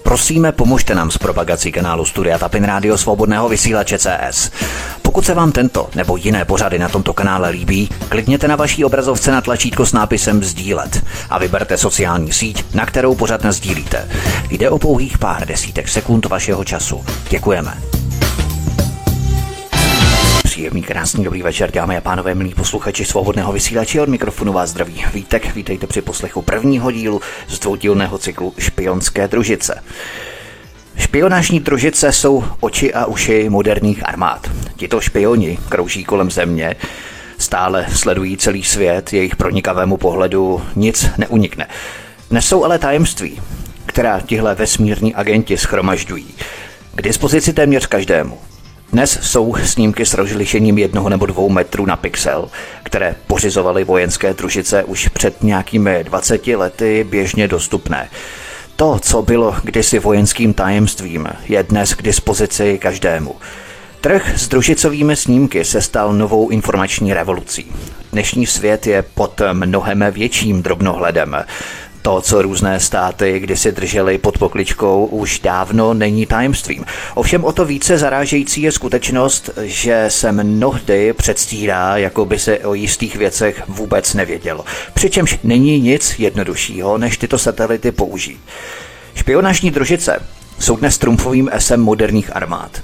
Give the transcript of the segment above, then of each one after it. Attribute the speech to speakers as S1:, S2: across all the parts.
S1: Prosíme, pomožte nám s propagací kanálu Studia Tapin Rádio Svobodného vysílače CS. Pokud se vám tento nebo jiné pořady na tomto kanále líbí, klikněte na vaší obrazovce na tlačítko s nápisem sdílet a vyberte sociální síť, na kterou pořad nasdílíte. Jde o pouhých pár desítek sekund vašeho času. Děkujeme. Příjemný, krásný, dobrý večer, dámy a pánové, milí posluchači Svobodného vysílače, od mikrofonu vás zdraví Vítek. Vítejte při poslechu prvního dílu z dvoudílného cyklu Špionské družice. Špionážní družice jsou oči a uši moderních armád. Tito špioni krouží kolem země, stále sledují celý svět, jejich pronikavému pohledu nic neunikne. Nesou ale tajemství, která tihle vesmírní agenti shromažďují, k dispozici téměř každému. Dnes jsou snímky s rozlišením 1 nebo 2 metrů na pixel, které pořizovaly vojenské družice už před nějakými 20 lety běžně dostupné. To, co bylo kdysi vojenským tajemstvím, je dnes k dispozici každému. Trh s družicovými snímky se stal novou informační revolucí. Dnešní svět je pod mnohem větším drobnohledem. To, co různé státy kdysi držely pod pokličkou, už dávno není tajemstvím. Ovšem o to více zarážející je skutečnost, že se mnohdy předstírá, jako by se o jistých věcech vůbec nevědělo. Přičemž není nic jednoduššího, než tyto satelity použít. Špionážní družice jsou dnes trumfovým esem moderních armád.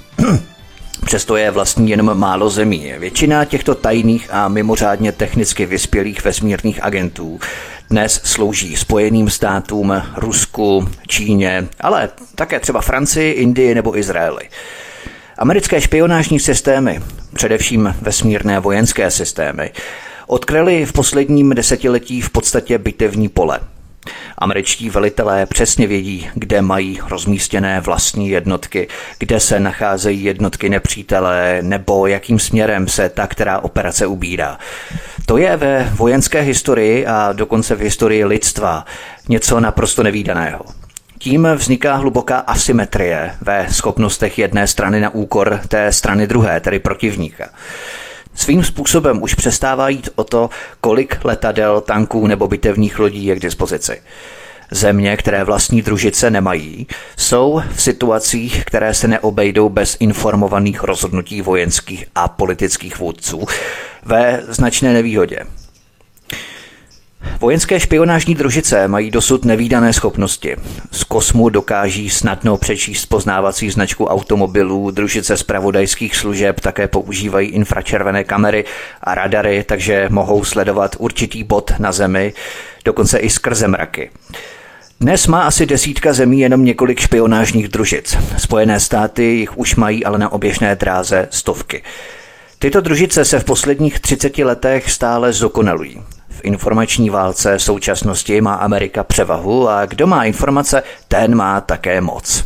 S1: Přesto je vlastní jenom málo zemí. Většina těchto tajných a mimořádně technicky vyspělých vesmírných agentů dnes slouží Spojeným státům, Rusku, Číně, ale také třeba Francii, Indii nebo Izraeli. Americké špionážní systémy, především vesmírné vojenské systémy, odkryly v posledním desetiletí v podstatě bitevní pole. Američtí velitelé přesně vědí, kde mají rozmístěné vlastní jednotky, kde se nacházejí jednotky nepřítele nebo jakým směrem se ta která operace ubírá. To je ve vojenské historii a dokonce v historii lidstva něco naprosto nevídaného. Tím vzniká hluboká asymetrie ve schopnostech jedné strany na úkor té strany druhé, tedy protivníka. Svým způsobem už přestává jít o to, kolik letadel, tanků nebo bitevních lodí je k dispozici. Země, které vlastní družice nemají, jsou v situacích, které se neobejdou bez informovaných rozhodnutí vojenských a politických vůdců, ve značné nevýhodě. Vojenské špionážní družice mají dosud nevídané schopnosti. Z kosmu dokáží snadno přečíst poznávací značku automobilů, družice zpravodajských služeb také používají infračervené kamery a radary, takže mohou sledovat určitý bod na Zemi, dokonce i skrze mraky. Dnes má asi 10 zemí jenom několik špionážních družic. Spojené státy jich už mají ale na oběžné dráze stovky. Tyto družice se v posledních 30 letech stále zdokonalují. V informační válce v současnosti má Amerika převahu a kdo má informace, ten má také moc.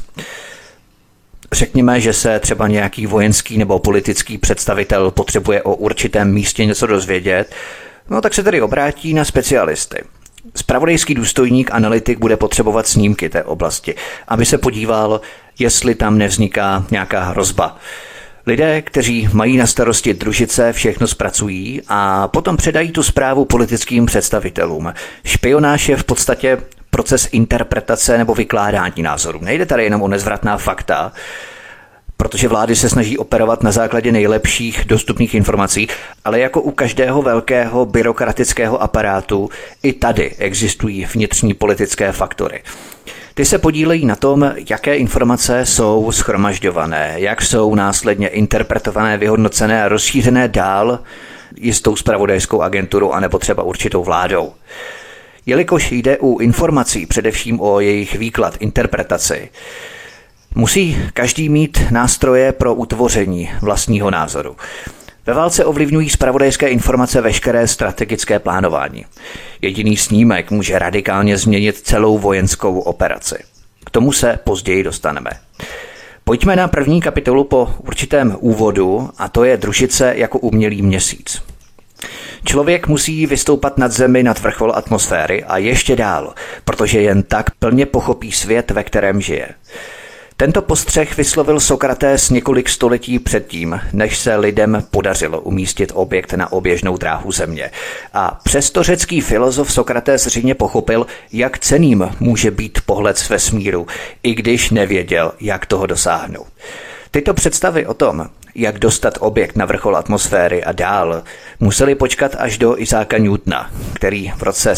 S1: Řekněme, že se třeba nějaký vojenský nebo politický představitel potřebuje o určitém místě něco dozvědět, no tak se tedy obrátí na specialisty. Zpravodajský důstojník, analytik bude potřebovat snímky té oblasti, aby se podíval, jestli tam nevzniká nějaká hrozba. Lidé, kteří mají na starosti družice, všechno zpracují a potom předají tu zprávu politickým představitelům. Špionáž je v podstatě proces interpretace nebo vykládání názorů. Nejde tady jenom o nezvratná fakta, protože vlády se snaží operovat na základě nejlepších dostupných informací, ale jako u každého velkého byrokratického aparátu, i tady existují vnitřní politické faktory. Ty se podílejí na tom, jaké informace jsou shromažďované, jak jsou následně interpretované, vyhodnocené a rozšířené dál jistou zpravodajskou agenturou anebo třeba určitou vládou. Jelikož jde u informací především o jejich výklad, interpretaci, musí každý mít nástroje pro utvoření vlastního názoru. Ve válce ovlivňují zpravodajské informace veškeré strategické plánování. Jediný snímek může radikálně změnit celou vojenskou operaci. K tomu se později dostaneme. Pojďme na první kapitolu po určitém úvodu, a to je družice jako umělý měsíc. Člověk musí vystoupat nad zemi, nad vrchol atmosféry a ještě dál, protože jen tak plně pochopí svět, ve kterém žije. Tento postřeh vyslovil Sokrates několik století předtím, než se lidem podařilo umístit objekt na oběžnou dráhu Země. A přesto řecký filozof Sokrates zřejmě pochopil, jak cenným může být pohled z vesmíru, i když nevěděl, jak toho dosáhnout. Tyto představy o tom, jak dostat objekt na vrchol atmosféry a dál, museli počkat až do Isaaca Newtona, který v roce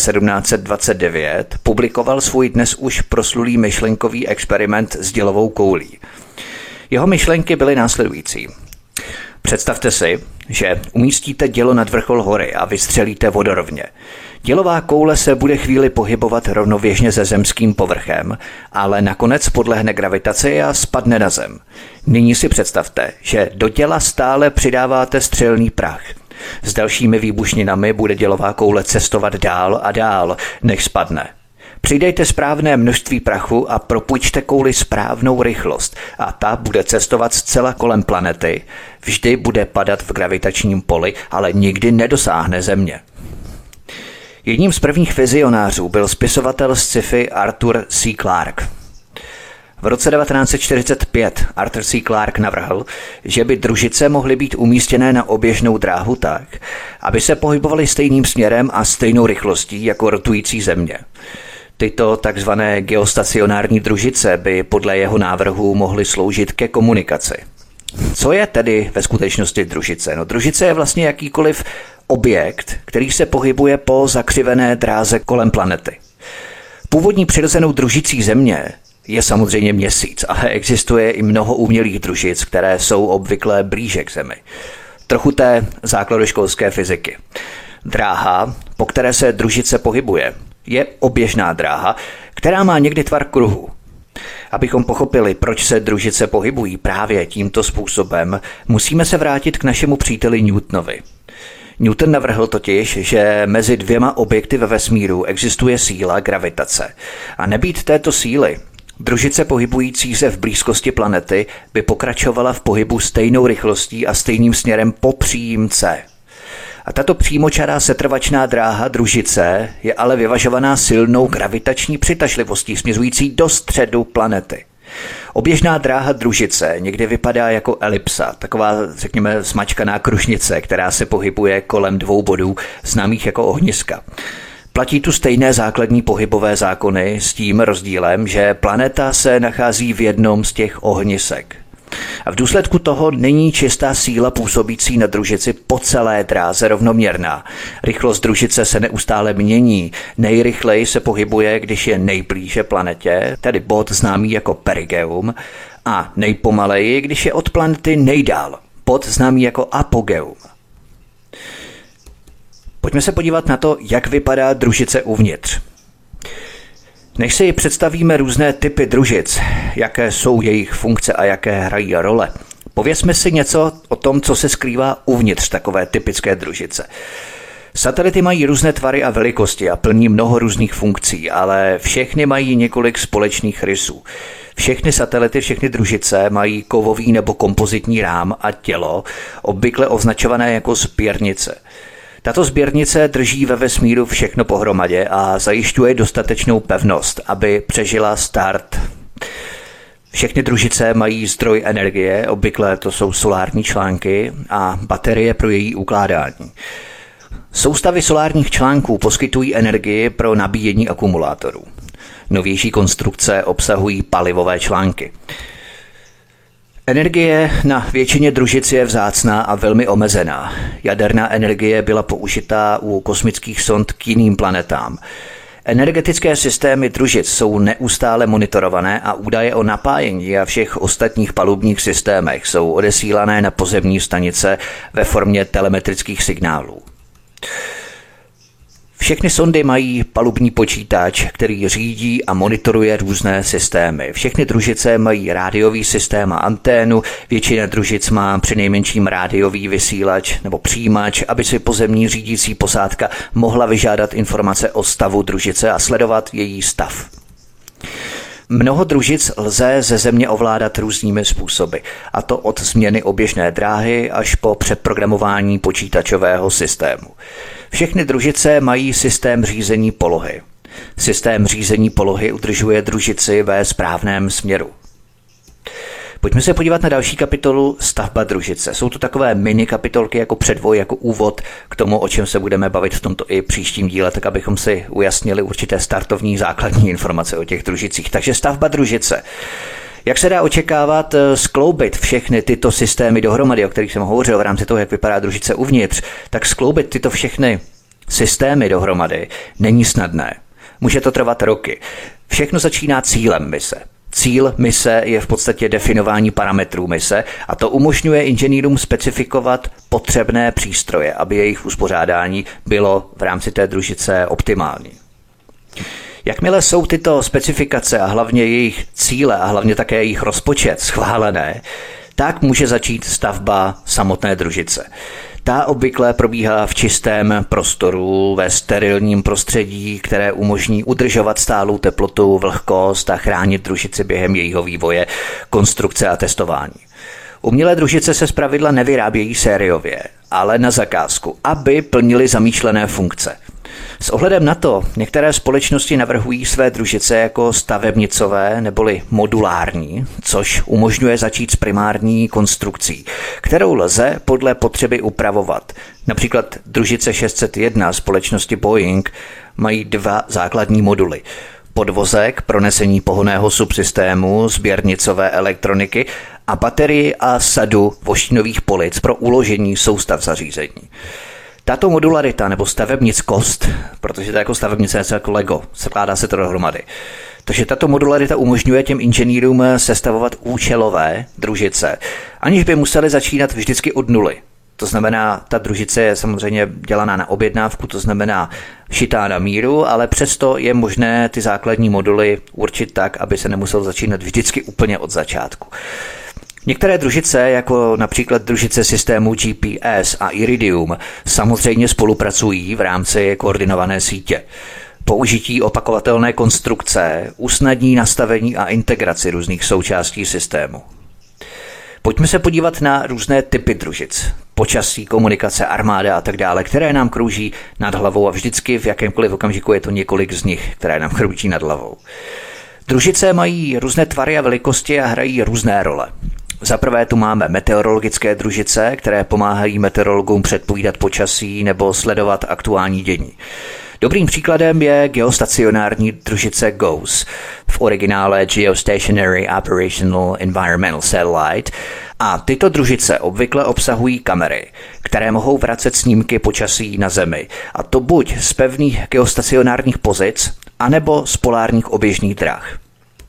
S1: 1729 publikoval svůj dnes už proslulý myšlenkový experiment s dělovou koulí. Jeho myšlenky byly následující. Představte si, že umístíte dělo nad vrchol hory a vystřelíte vodorovně. Dělová koule se bude chvíli pohybovat rovnověžně se zemským povrchem, ale nakonec podlehne gravitaci a spadne na zem. Nyní si představte, že do děla stále přidáváte střelný prach. S dalšími výbušninami bude dělová koule cestovat dál a dál, než spadne. Přidejte správné množství prachu a propůjčte kouli správnou rychlost a ta bude cestovat zcela kolem planety, vždy bude padat v gravitačním poli, ale nikdy nedosáhne Země. Jedním z prvních vizionářů byl spisovatel sci-fi Arthur C. Clarke. V roce 1945 Arthur C. Clarke navrhl, že by družice mohly být umístěné na oběžnou dráhu tak, aby se pohybovaly stejným směrem a stejnou rychlostí jako rotující Země. Tyto takzvané geostacionární družice by podle jeho návrhu mohly sloužit ke komunikaci. Co je tedy ve skutečnosti družice? No, družice je vlastně jakýkoliv objekt, který se pohybuje po zakřivené dráze kolem planety. Původní přirozenou družicí Země je samozřejmě Měsíc, ale existuje i mnoho umělých družic, které jsou obvykle blíže k Zemi. Trochu té základoškolské fyziky. Dráha, po které se družice pohybuje, je oběžná dráha, která má někdy tvar kruhu. Abychom pochopili, proč se družice pohybují právě tímto způsobem, musíme se vrátit k našemu příteli Newtonovi. Newton navrhl totiž, že mezi dvěma objekty ve vesmíru existuje síla gravitace. A nebýt této síly, družice pohybující se v blízkosti planety by pokračovala v pohybu stejnou rychlostí a stejným směrem po přímce. A tato přímočará setrvačná dráha družice je ale vyvažovaná silnou gravitační přitažlivostí směřující do středu planety. Oběžná dráha družice někdy vypadá jako elipsa, taková, řekněme, smačkaná kružnice, která se pohybuje kolem dvou bodů, známých jako ohniska. Platí tu stejné základní pohybové zákony s tím rozdílem, že planeta se nachází v jednom z těch ohnisek. A v důsledku toho není čistá síla působící na družici po celé dráze rovnoměrná. Rychlost družice se neustále mění. Nejrychleji se pohybuje, když je nejblíže planetě, tedy bod známý jako perigeum, a nejpomaleji, když je od planety nejdál, bod známý jako apogeum. Pojďme se podívat na to, jak vypadá družice uvnitř. Než si představíme různé typy družic, jaké jsou jejich funkce a jaké hrají role, povězme si něco o tom, co se skrývá uvnitř takové typické družice. Satelity mají různé tvary a velikosti a plní mnoho různých funkcí, ale všechny mají několik společných rysů. Všechny satelity, všechny družice mají kovový nebo kompozitní rám a tělo, obvykle označované jako sběrnice. Tato sběrnice drží ve vesmíru všechno pohromadě a zajišťuje dostatečnou pevnost, aby přežila start. Všechny družice mají zdroj energie, obvykle to jsou solární články a baterie pro její ukládání. Soustavy solárních článků poskytují energii pro nabíjení akumulátorů. Novější konstrukce obsahují palivové články. Energie na většině družic je vzácná a velmi omezená. Jaderná energie byla použitá u kosmických sond k jiným planetám. Energetické systémy družic jsou neustále monitorované a údaje o napájení a všech ostatních palubních systémech jsou odesílané na pozemní stanice ve formě telemetrických signálů. Všechny sondy mají palubní počítač, který řídí a monitoruje různé systémy. Všechny družice mají rádiový systém a anténu, většina družic má přinejmenším rádiový vysílač nebo přijímač, aby si pozemní řídící posádka mohla vyžádat informace o stavu družice a sledovat její stav. Mnoho družic lze ze Země ovládat různými způsoby, a to od změny oběžné dráhy až po přeprogramování počítačového systému. Všechny družice mají systém řízení polohy. Systém řízení polohy udržuje družici ve správném směru. Pojďme se podívat na další kapitolu Stavba družice. Jsou to takové mini kapitolky jako předvoj, jako úvod k tomu, o čem se budeme bavit v tomto i příštím díle, tak abychom si ujasnili určité startovní základní informace o těch družicích. Takže stavba družice. Jak se dá očekávat skloubit všechny tyto systémy dohromady, o kterých jsem hovořil v rámci toho, jak vypadá družice uvnitř, tak skloubit tyto všechny systémy dohromady není snadné. Může to trvat roky. Všechno začíná cílem mise. Cíl mise je v podstatě definování parametrů mise a to umožňuje inženýrům specifikovat potřebné přístroje, aby jejich uspořádání bylo v rámci té družice optimální. Jakmile jsou tyto specifikace a hlavně jejich cíle a hlavně také jejich rozpočet schválené, tak může začít stavba samotné družice. Ta obvykle probíhá v čistém prostoru, ve sterilním prostředí, které umožní udržovat stálou teplotu, vlhkost a chránit družici během jejího vývoje, konstrukce a testování. Umělé družice se zpravidla nevyrábějí sériově, ale na zakázku, aby plnily zamýšlené funkce. S ohledem na to některé společnosti navrhují své družice jako stavebnicové neboli modulární, což umožňuje začít s primární konstrukcí, kterou lze podle potřeby upravovat. Například družice 601 společnosti Boeing mají 2 základní moduly. Podvozek pro nesení pohonného subsystému, sběrnicové elektroniky a baterii a sadu voštínových polic pro uložení soustav zařízení. Tato modularita nebo stavebnickost, protože to je jako stavebnice, je jako Lego, skládá se to dohromady. Takže tato modularita umožňuje těm inženýrům sestavovat účelové družice, aniž by museli začínat vždycky od nuly. To znamená, ta družice je samozřejmě dělaná na objednávku, to znamená šitá na míru, ale přesto je možné ty základní moduly určit tak, aby se nemusel začínat vždycky úplně od začátku. Některé družice, jako například družice systému GPS a Iridium, samozřejmě spolupracují v rámci koordinované sítě. Použití opakovatelné konstrukce usnadní nastavení a integraci různých součástí systému. Pojďme se podívat na různé typy družic. Počasí, komunikace, armáda a tak dále, které nám krouží nad hlavou a vždycky v jakémkoliv okamžiku je to několik z nich, které nám krouží nad hlavou. Družice mají různé tvary a velikosti a hrají různé role. Za prvé tu máme meteorologické družice, které pomáhají meteorologům předpovídat počasí nebo sledovat aktuální dění. Dobrým příkladem je geostacionární družice GOES, v originále Geostationary Operational Environmental Satellite, a tyto družice obvykle obsahují kamery, které mohou vracet snímky počasí na Zemi, a to buď z pevných geostacionárních pozic, anebo z polárních oběžných drah.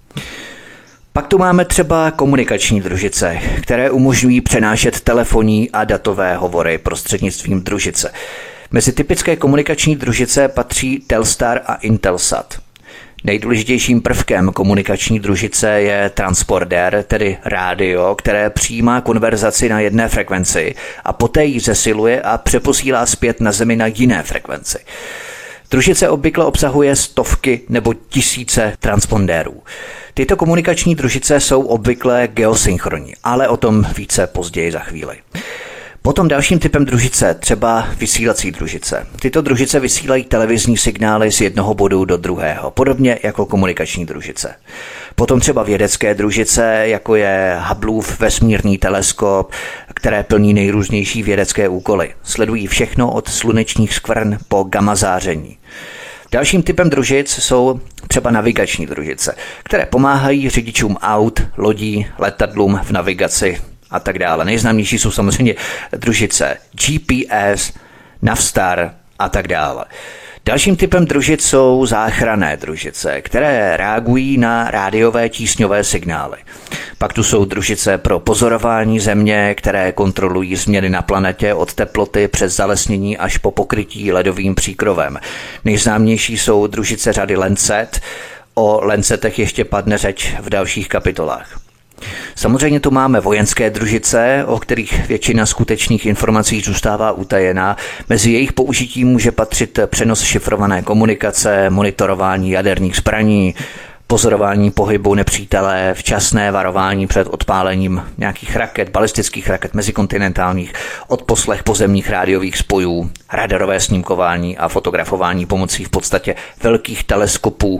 S1: Pak tu máme třeba komunikační družice, které umožňují přenášet telefonní a datové hovory prostřednictvím družice. Mezi typické komunikační družice patří Telstar a Intelsat. Nejdůležitějším prvkem komunikační družice je transpondér, tedy rádio, které přijímá konverzaci na jedné frekvenci a poté ji zesiluje a přeposílá zpět na Zemi na jiné frekvenci. Družice obvykle obsahuje stovky nebo tisíce transpondérů. Tyto komunikační družice jsou obvykle geosynchronní, ale o tom více později za chvíli. Potom dalším typem družice, třeba vysílací družice. Tyto družice vysílají televizní signály z jednoho bodu do druhého, podobně jako komunikační družice. Potom třeba vědecké družice, jako je Hubbleův vesmírný teleskop, které plní nejrůznější vědecké úkoly. Sledují všechno od slunečních skvrn po gamma záření. Dalším typem družic jsou třeba navigační družice, které pomáhají řidičům aut, lodí, letadlům v navigaci a tak dále. Nejznámější jsou samozřejmě družice GPS, Navstar a tak dále. Dalším typem družic jsou záchranné družice, které reagují na rádiové tísňové signály. Pak tu jsou družice pro pozorování Země, které kontrolují změny na planetě od teploty přes zalesnění až po pokrytí ledovým příkrovem. Nejznámější jsou družice řady Lancet, o Lancetech ještě padne řeč v dalších kapitolách. Samozřejmě tu máme vojenské družice, o kterých většina skutečných informací zůstává utajená. Mezi jejich použitím může patřit přenos šifrované komunikace, monitorování jaderných zbraní, pozorování pohybu nepřítele, včasné varování před odpálením nějakých raket, balistických raket mezikontinentálních, odposlech pozemních rádiových spojů, radarové snímkování a fotografování pomocí v podstatě velkých teleskopů,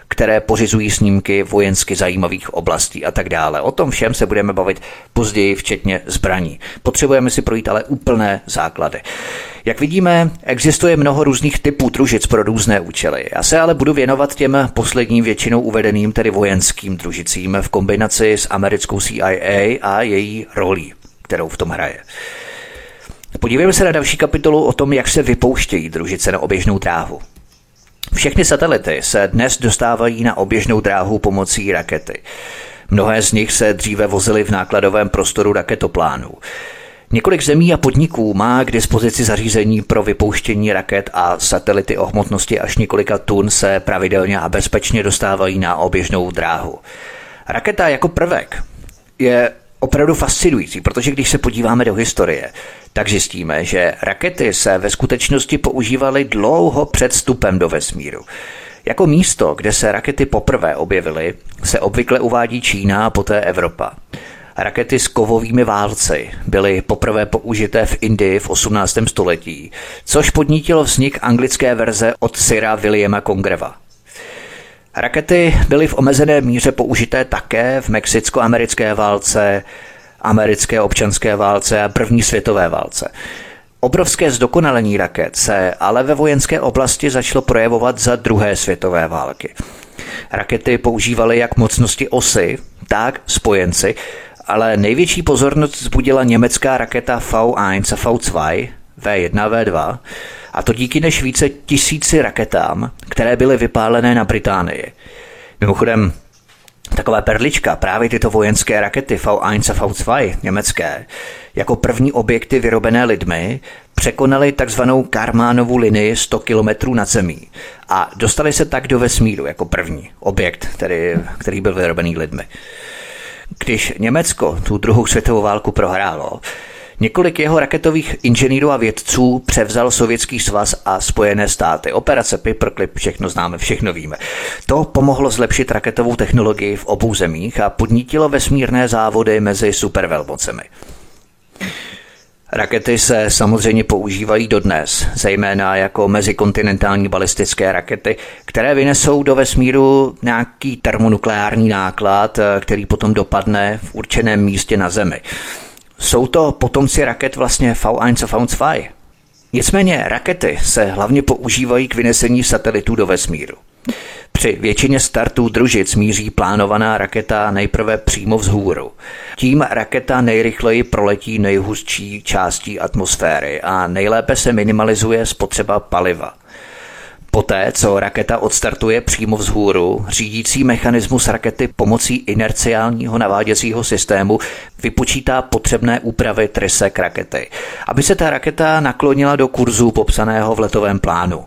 S1: které pořizují snímky vojensky zajímavých oblastí a tak dále. O tom všem se budeme bavit později, včetně zbraní. Potřebujeme si projít ale úplné základy. Jak vidíme, existuje mnoho různých typů družic pro různé účely. Já se ale budu věnovat těm posledním většinou uvedeným, tedy vojenským družicím v kombinaci s americkou CIA a její rolí, kterou v tom hraje. Podívejme se na další kapitolu o tom, jak se vypouštějí družice na oběžnou dráhu. Všechny satelity se dnes dostávají na oběžnou dráhu pomocí rakety. Mnohé z nich se dříve vozily v nákladovém prostoru raketoplánů. Několik zemí a podniků má k dispozici zařízení pro vypouštění raket a satelity o hmotnosti až několika tun se pravidelně a bezpečně dostávají na oběžnou dráhu. Raketa jako prvek je opravdu fascinující, protože když se podíváme do historie, tak zjistíme, že rakety se ve skutečnosti používaly dlouho před vstupem do vesmíru. Jako místo, kde se rakety poprvé objevily, se obvykle uvádí Čína a poté Evropa. Rakety s kovovými válci byly poprvé použité v Indii v 18. století, což podnítilo vznik anglické verze od Sira Williama Congreva. Rakety byly v omezené míře použité také v mexicko-americké válce, americké občanské válce a první světové válce. Obrovské zdokonalení raket se ale ve vojenské oblasti začalo projevovat za druhé světové války. Rakety používaly jak mocnosti osy, tak spojenci, ale největší pozornost vzbudila německá raketa V1 a V2, V1 a V2, a to díky než více 1000 raketám, které byly vypálené na Británii. Mimochodem, taková perlička, právě tyto vojenské rakety V1 a V2 německé, jako první objekty vyrobené lidmi, překonaly takzvanou Karmanovu linii 100 km nad zemí a dostali se tak do vesmíru jako první objekt, který byl vyrobený lidmi. Když Německo tu druhou světovou válku prohrálo, několik jeho raketových inženýrů a vědců převzal Sovětský svaz a Spojené státy. Operace Paperclip, všechno známe, všechno víme. To pomohlo zlepšit raketovou technologii v obou zemích a podnítilo vesmírné závody mezi supervelmocemi. Rakety se samozřejmě používají dodnes, zejména jako mezikontinentální balistické rakety, které vynesou do vesmíru nějaký termonukleární náklad, který potom dopadne v určeném místě na Zemi. Jsou to potomci raket vlastně V1 a V2. Nicméně rakety se hlavně používají k vynesení satelitů do vesmíru. Při většině startů družic míří plánovaná raketa nejprve přímo vzhůru. Tím raketa nejrychleji proletí nejhustší částí atmosféry a nejlépe se minimalizuje spotřeba paliva. Poté, co raketa odstartuje přímo vzhůru, řídící mechanismus rakety pomocí inerciálního naváděcího systému vypočítá potřebné úpravy trysek rakety, aby se ta raketa naklonila do kurzu popsaného v letovém plánu.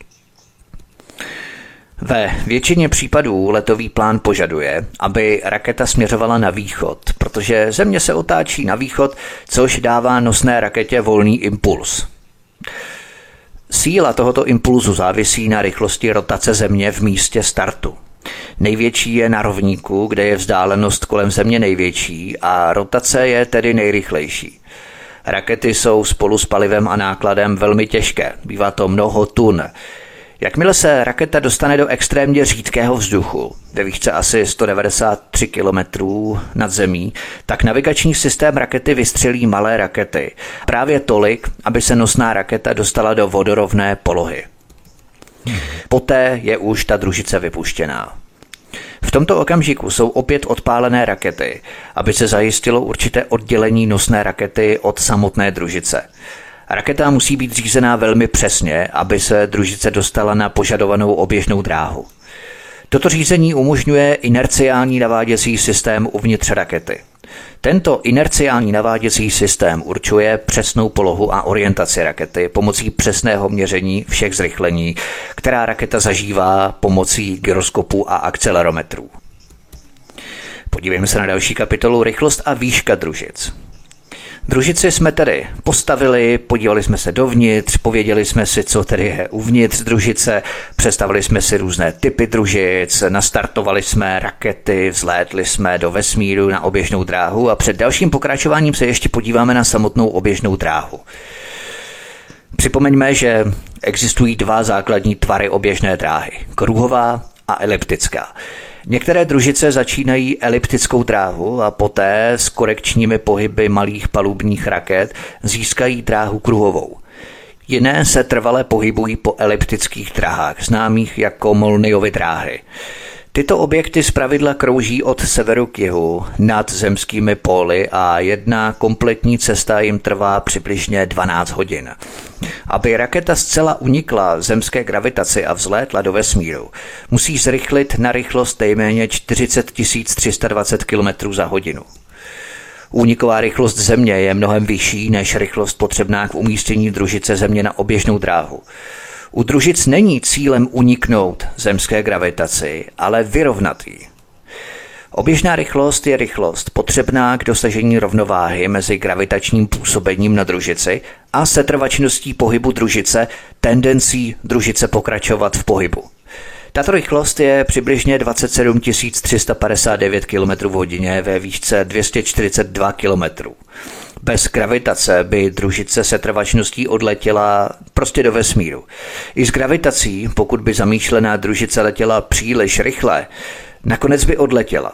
S1: Ve většině případů letový plán požaduje, aby raketa směřovala na východ, protože Země se otáčí na východ, což dává nosné raketě volný impuls. Síla tohoto impulzu závisí na rychlosti rotace Země v místě startu. Největší je na rovníku, kde je vzdálenost kolem Země největší a rotace je tedy nejrychlejší. Rakety jsou spolu s palivem a nákladem velmi těžké, bývá to mnoho tun. Jakmile se raketa dostane do extrémně řídkého vzduchu, ve výšce asi 193 km nad zemí, tak navigační systém rakety vystřelí malé rakety. Právě tolik, aby se nosná raketa dostala do vodorovné polohy. Poté je už ta družice vypuštěná. V tomto okamžiku jsou opět odpálené rakety, aby se zajistilo určité oddělení nosné rakety od samotné družice. Raketa musí být řízená velmi přesně, aby se družice dostala na požadovanou oběžnou dráhu. Toto řízení umožňuje inerciální naváděcí systém uvnitř rakety. Tento inerciální naváděcí systém určuje přesnou polohu a orientaci rakety pomocí přesného měření všech zrychlení, která raketa zažívá pomocí gyroskopů a akcelerometrů. Podívejme se na další kapitolu rychlost a výška družic. Družici jsme tedy postavili, podívali jsme se dovnitř, pověděli jsme si, co tedy je uvnitř družice, představili jsme si různé typy družic, nastartovali jsme rakety, vzlétli jsme do vesmíru na oběžnou dráhu a před dalším pokračováním se ještě podíváme na samotnou oběžnou dráhu. Připomeňme, že existují dva základní tvary oběžné dráhy, kruhová a eliptická. Některé družice začínají eliptickou dráhu a poté s korekčními pohyby malých palubních raket získají dráhu kruhovou. Jiné se trvale pohybují po eliptických dráhách, známých jako Molniovy dráhy. Tyto objekty zpravidla krouží od severu k jihu nad zemskými póly a jedna kompletní cesta jim trvá přibližně 12 hodin. Aby raketa zcela unikla zemské gravitaci a vzlétla do vesmíru, musí zrychlit na rychlost nejméně 40 320 km za hodinu. Úniková rychlost Země je mnohem vyšší než rychlost potřebná k umístění družice Země na oběžnou dráhu. U družic není cílem uniknout zemské gravitaci, ale vyrovnat ji. Oběžná rychlost je rychlost potřebná k dosažení rovnováhy mezi gravitačním působením na družici a setrvačností pohybu družice, tendencí družice pokračovat v pohybu. Tato rychlost je přibližně 27 359 km/h ve výšce 242 km. Bez gravitace by družice setrvačností odletěla prostě do vesmíru. I s gravitací, pokud by zamýšlená družice letěla příliš rychle, nakonec by odletěla.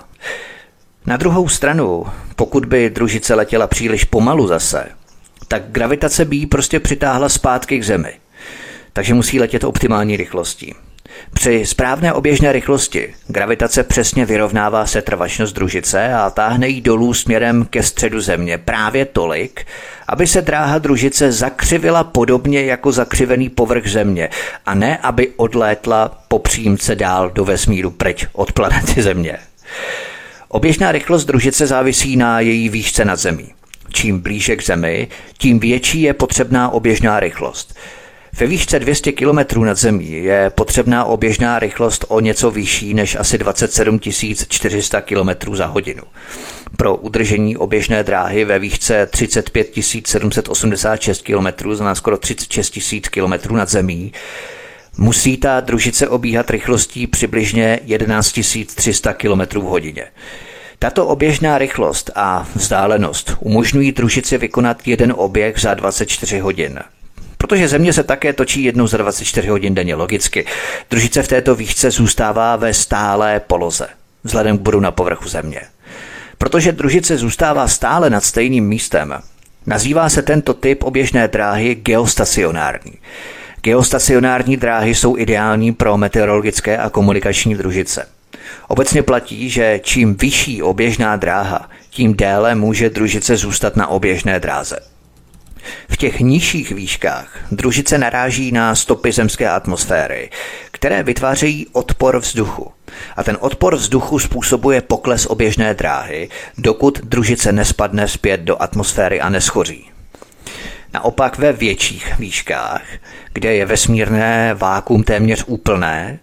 S1: Na druhou stranu, pokud by družice letěla příliš pomalu zase, tak gravitace by ji prostě přitáhla zpátky k Zemi. Takže musí letět optimální rychlostí. Při správné oběžné rychlosti gravitace přesně vyrovnává setrvačnost družice a táhne ji dolů směrem ke středu Země právě tolik, aby se dráha družice zakřivila podobně jako zakřivený povrch Země a ne aby odlétla po přímce dál do vesmíru pryč od planety Země. Oběžná rychlost družice závisí na její výšce nad Zemí. Čím blíže k Zemi, tím větší je potřebná oběžná rychlost. Ve výšce 200 km nad Zemí je potřebná oběžná rychlost o něco vyšší než asi 27 400 km za hodinu. Pro udržení oběžné dráhy ve výšce 35 786 km, znamená skoro 36 000 km nad Zemí, musí ta družice obíhat rychlostí přibližně 11 300 km v hodině. Tato oběžná rychlost a vzdálenost umožňují družici vykonat jeden oběh za 24 hodin. Protože Země se také točí jednou za 24 hodin denně, logicky. Družice v této výšce zůstává ve stálé poloze, vzhledem k bodu na povrchu Země. Protože družice zůstává stále nad stejným místem, nazývá se tento typ oběžné dráhy geostacionární. Geostacionární dráhy jsou ideální pro meteorologické a komunikační družice. Obecně platí, že čím vyšší oběžná dráha, tím déle může družice zůstat na oběžné dráze. V těch nižších výškách družice naráží na stopy zemské atmosféry, které vytvářejí odpor vzduchu. A ten odpor vzduchu způsobuje pokles oběžné dráhy, dokud družice nespadne zpět do atmosféry a neschoří. Naopak ve větších výškách, kde je vesmírné vákuum téměř úplné,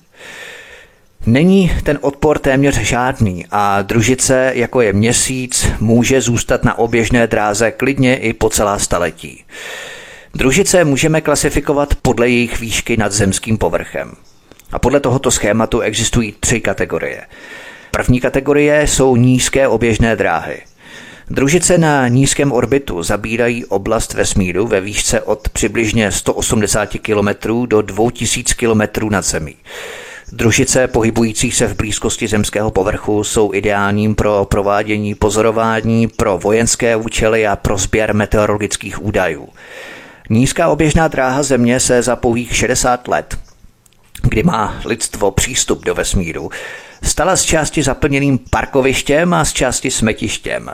S1: není ten odpor téměř žádný a družice, jako je Měsíc, může zůstat na oběžné dráze klidně i po celá staletí. Družice můžeme klasifikovat podle jejich výšky nad zemským povrchem. A podle tohoto schématu existují 3 kategorie. První kategorie jsou nízké oběžné dráhy. Družice na nízkém orbitu zabírají oblast vesmíru ve výšce od přibližně 180 km do 2000 km nad zemí. Družice pohybující se v blízkosti zemského povrchu jsou ideálním pro provádění pozorování, pro vojenské účely a pro sběr meteorologických údajů. Nízká oběžná dráha Země se za pouhých 60 let, kdy má lidstvo přístup do vesmíru, stala z části zaplněným parkovištěm a z části smetištěm.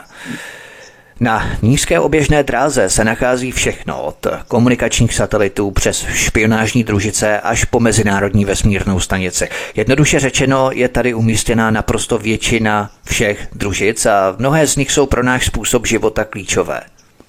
S1: Na nízké oběžné dráze se nachází všechno od komunikačních satelitů přes špionážní družice až po mezinárodní vesmírnou stanici. Jednoduše řečeno je tady umístěná naprosto většina všech družic a mnohé z nich jsou pro náš způsob života klíčové.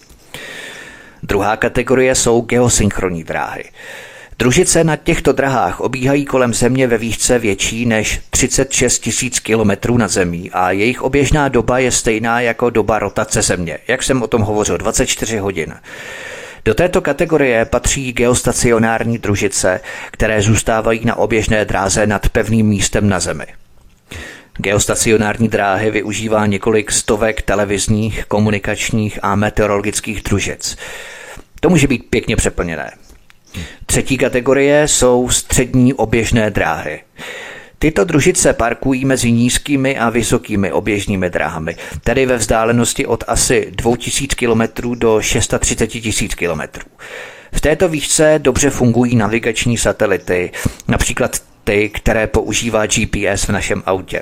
S1: Druhá kategorie jsou geosynchronní dráhy. Družice na těchto drahách obíhají kolem Země ve výšce větší než 36 000 km nad Zemí a jejich oběžná doba je stejná jako doba rotace Země, jak jsem o tom hovořil, 24 hodin. Do této kategorie patří geostacionární družice, které zůstávají na oběžné dráze nad pevným místem na Zemi. Geostacionární dráhy využívá několik stovek televizních, komunikačních a meteorologických družic. To může být pěkně přeplněné. Třetí kategorie jsou střední oběžné dráhy. Tyto družice parkují mezi nízkými a vysokými oběžnými dráhami, tedy ve vzdálenosti od asi 2000 km do 630 000 km. V této výšce dobře fungují navigační satelity, například ty, které používá GPS v našem autě.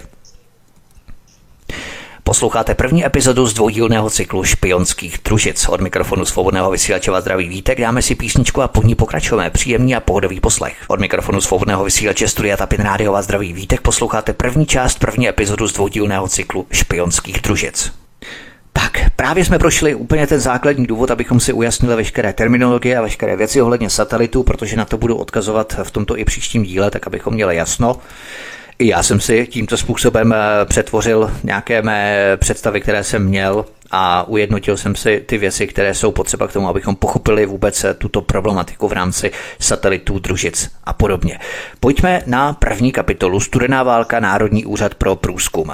S1: Posloucháte první epizodu z dvoudílného cyklu Špionských družic. Od mikrofonu Svobodného vysílače vás zdraví Vítek, dáme si písničku a po ní pokračujeme. Příjemný a pohodový poslech. Od mikrofonu Svobodného vysílače Studia Tapin Rádio vás zdraví Vítek, posloucháte první epizodu z dvoudílného cyklu Špionských družic. Tak, právě jsme prošli úplně ten základní důvod, abychom si ujasnili veškeré terminologie a veškeré věci ohledně satelitů, protože na to budu odkazovat v tomto i příštím díle, tak abychom měli jasno. I já jsem si tímto způsobem přetvořil nějaké mé představy, které jsem měl a ujednotil jsem si ty věci, které jsou potřeba k tomu, abychom pochopili vůbec tuto problematiku v rámci satelitů, družic a podobně. Pojďme na první kapitolu Studená válka, Národní úřad pro průzkum.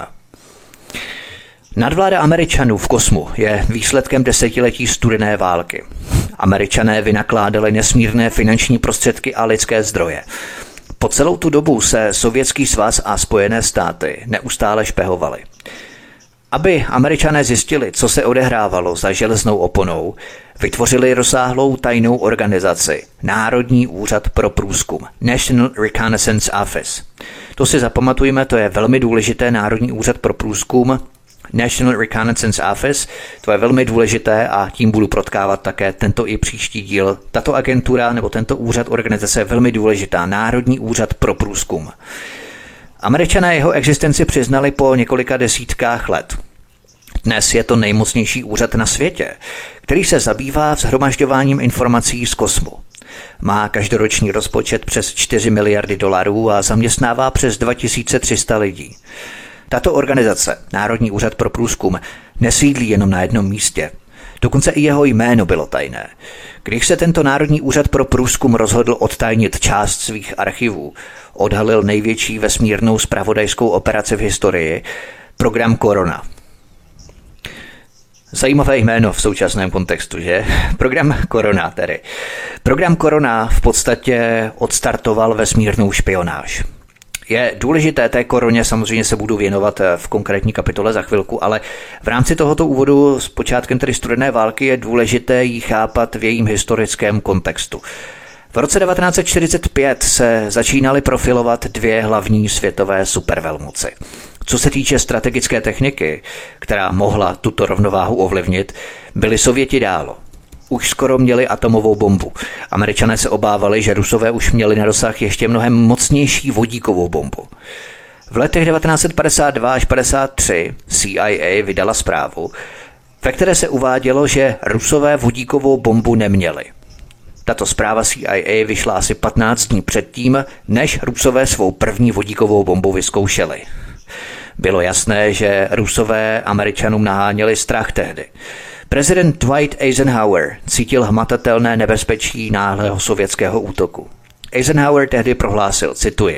S1: Nadvláda Američanů v kosmu je výsledkem desetiletí studené války. Američané vynakládali nesmírné finanční prostředky a lidské zdroje. Po celou tu dobu se Sovětský svaz a Spojené státy neustále špehovali. Aby Američané zjistili, co se odehrávalo za železnou oponou, vytvořili rozsáhlou tajnou organizaci Národní úřad pro průzkum, National Reconnaissance Office. To si zapamatujeme, to je velmi důležité, Národní úřad pro průzkum, National Reconnaissance Office, to je velmi důležité a tím budu protkávat také tento i příští díl. Tato agentura nebo tento úřad organizace je velmi důležitá, Národní úřad pro průzkum. Američané jeho existenci přiznali po několika desítkách let. Dnes je to nejmocnější úřad na světě, který se zabývá shromažďováním informací z kosmu. Má každoroční rozpočet přes 4 miliardy dolarů a zaměstnává přes 2300 lidí. Tato organizace, Národní úřad pro průzkum, nesídlí jenom na jednom místě. Dokonce i jeho jméno bylo tajné. Když se tento Národní úřad pro průzkum rozhodl odtajnit část svých archivů, odhalil největší vesmírnou zpravodajskou operaci v historii, program Corona. Zajímavé jméno v současném kontextu, že? Program Corona tedy. Program Corona v podstatě odstartoval vesmírnou špionáž. Je důležité té koroně, samozřejmě se budu věnovat v konkrétní kapitole za chvilku, ale v rámci tohoto úvodu s počátkem tedy studené války je důležité ji chápat v jejím historickém kontextu. V roce 1945 se začínaly profilovat dvě hlavní světové supervelmoci. Co se týče strategické techniky, která mohla tuto rovnováhu ovlivnit, byli Sověti dálo. Už skoro měli atomovou bombu. Američané se obávali, že Rusové už měli na dosah ještě mnohem mocnější vodíkovou bombu. V letech 1952 až 1953 CIA vydala zprávu, ve které se uvádělo, že Rusové vodíkovou bombu neměli. Tato zpráva CIA vyšla asi 15 dní předtím, než Rusové svou první vodíkovou bombu vyzkoušeli. Bylo jasné, že Rusové Američanům naháněli strach tehdy. Prezident Dwight Eisenhower cítil hmatatelné nebezpečí náhlého sovětského útoku. Eisenhower tehdy prohlásil, cituji: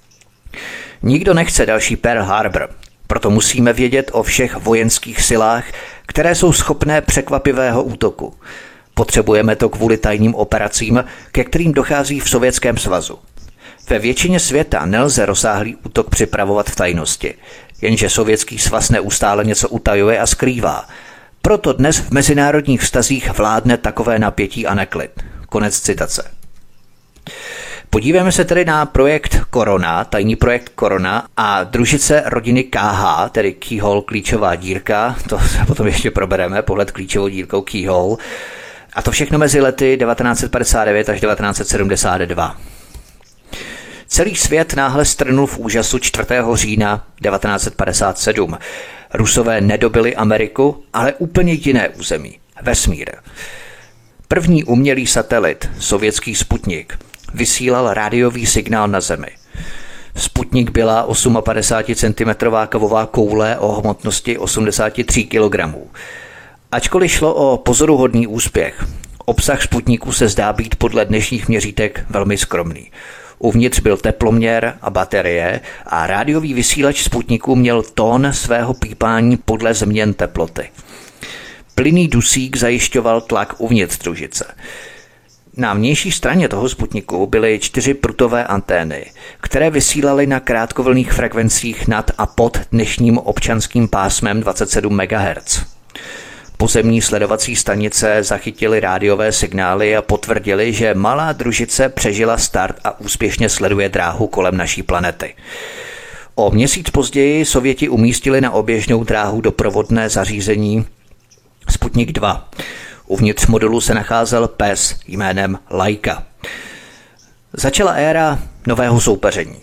S1: Nikdo nechce další Pearl Harbor, proto musíme vědět o všech vojenských silách, které jsou schopné překvapivého útoku. Potřebujeme to kvůli tajným operacím, ke kterým dochází v Sovětském svazu. Ve většině světa nelze rozsáhlý útok připravovat v tajnosti, jenže Sovětský svaz neustále něco utajuje a skrývá. Proto dnes v mezinárodních vztazích vládne takové napětí a neklid. Konec citace. Podívejme se tedy na projekt Corona, tajný projekt Corona a družice rodiny KH, tedy Keyhole, klíčová dírka, to se potom ještě probereme, pohled klíčovou dírkou Keyhole, a to všechno mezi lety 1959 až 1972. Celý svět náhle strnul v úžasu 4. října 1957. Rusové nedobili Ameriku, ale úplně jiné území, vesmír. První umělý satelit, sovětský Sputnik, vysílal rádiový signál na Zemi. Sputnik byla 58 cm kovová koule o hmotnosti 83 kg. Ačkoliv šlo o pozoruhodný úspěch, obsah Sputniku se zdá být podle dnešních měřítek velmi skromný. Uvnitř byl teploměr a baterie a rádiový vysílač Sputniku měl tón svého pípání podle změn teploty. Plynný dusík zajišťoval tlak uvnitř družice. Na vnější straně toho Sputniku byly 4 prutové antény, které vysílaly na krátkovlnných frekvencích nad a pod dnešním občanským pásmem 27 MHz. Pozemní sledovací stanice zachytily rádiové signály a potvrdily, že malá družice přežila start a úspěšně sleduje dráhu kolem naší planety. O měsíc později Sověti umístili na oběžnou dráhu doprovodné zařízení Sputnik 2. Uvnitř modulu se nacházel pes jménem Laika. Začala éra nového soupeření.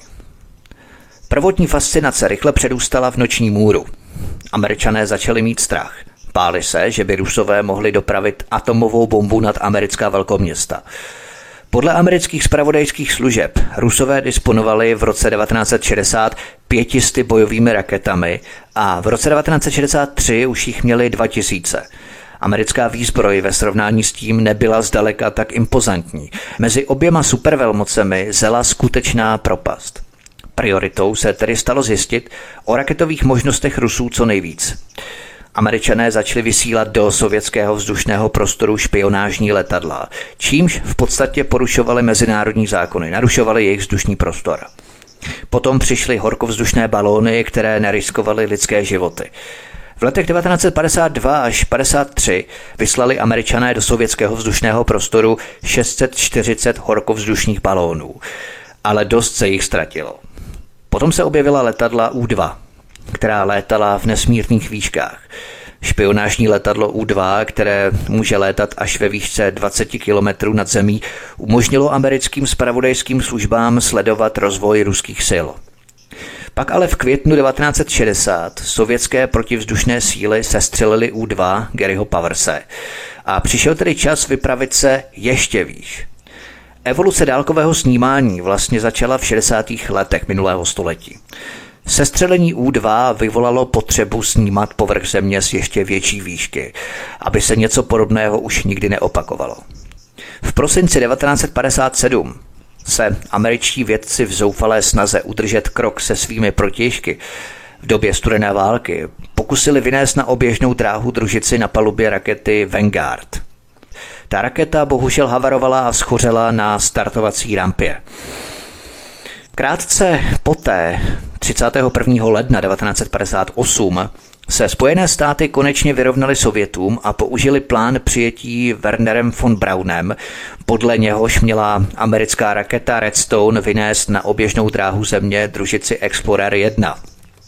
S1: Prvotní fascinace rychle předůstala v noční můru. Američané začali mít strach. Báli se, že by Rusové mohli dopravit atomovou bombu nad americká velkoměsta. Podle amerických zpravodajských služeb Rusové disponovali v roce 1960 500 bojovými raketami a v roce 1963 už jich měli 2000. Americká výzbroj ve srovnání s tím nebyla zdaleka tak impozantní. Mezi oběma supervelmocemi zela skutečná propast. Prioritou se tedy stalo zjistit o raketových možnostech Rusů co nejvíc. Američané začali vysílat do sovětského vzdušného prostoru špionážní letadla, čímž v podstatě porušovali mezinárodní zákony, narušovali jejich vzdušný prostor. Potom přišly horkovzdušné balóny, které neriskovaly lidské životy. V letech 1952 až 1953 vyslali Američané do sovětského vzdušného prostoru 640 horkovzdušných balónů, ale dost se jich ztratilo. Potom se objevila letadla U-2, která létala v nesmírných výškách. Špionážní letadlo U-2, které může létat až ve výšce 20 km nad zemí, umožnilo americkým zpravodajským službám sledovat rozvoj ruských sil. Pak ale v květnu 1960 sovětské protivzdušné síly sestřelily U-2 Garyho Powerse a přišel tedy čas vypravit se ještě výš. Evoluce dálkového snímání vlastně začala v 60. letech minulého století. Sestřelení U-2 vyvolalo potřebu snímat povrch Země z ještě větší výšky, aby se něco podobného už nikdy neopakovalo. V prosinci 1957 se američtí vědci v zoufalé snaze udržet krok se svými protějšky v době studené války pokusili vynést na oběžnou dráhu družici na palubě rakety Vanguard. Ta raketa bohužel havarovala a schořela na startovací rampě. Krátce poté, 31. ledna 1958, se Spojené státy konečně vyrovnaly Sovětům a použili plán přijetí Wernerem von Braunem, podle něhož měla americká raketa Redstone vynést na oběžnou dráhu Země družici Explorer 1.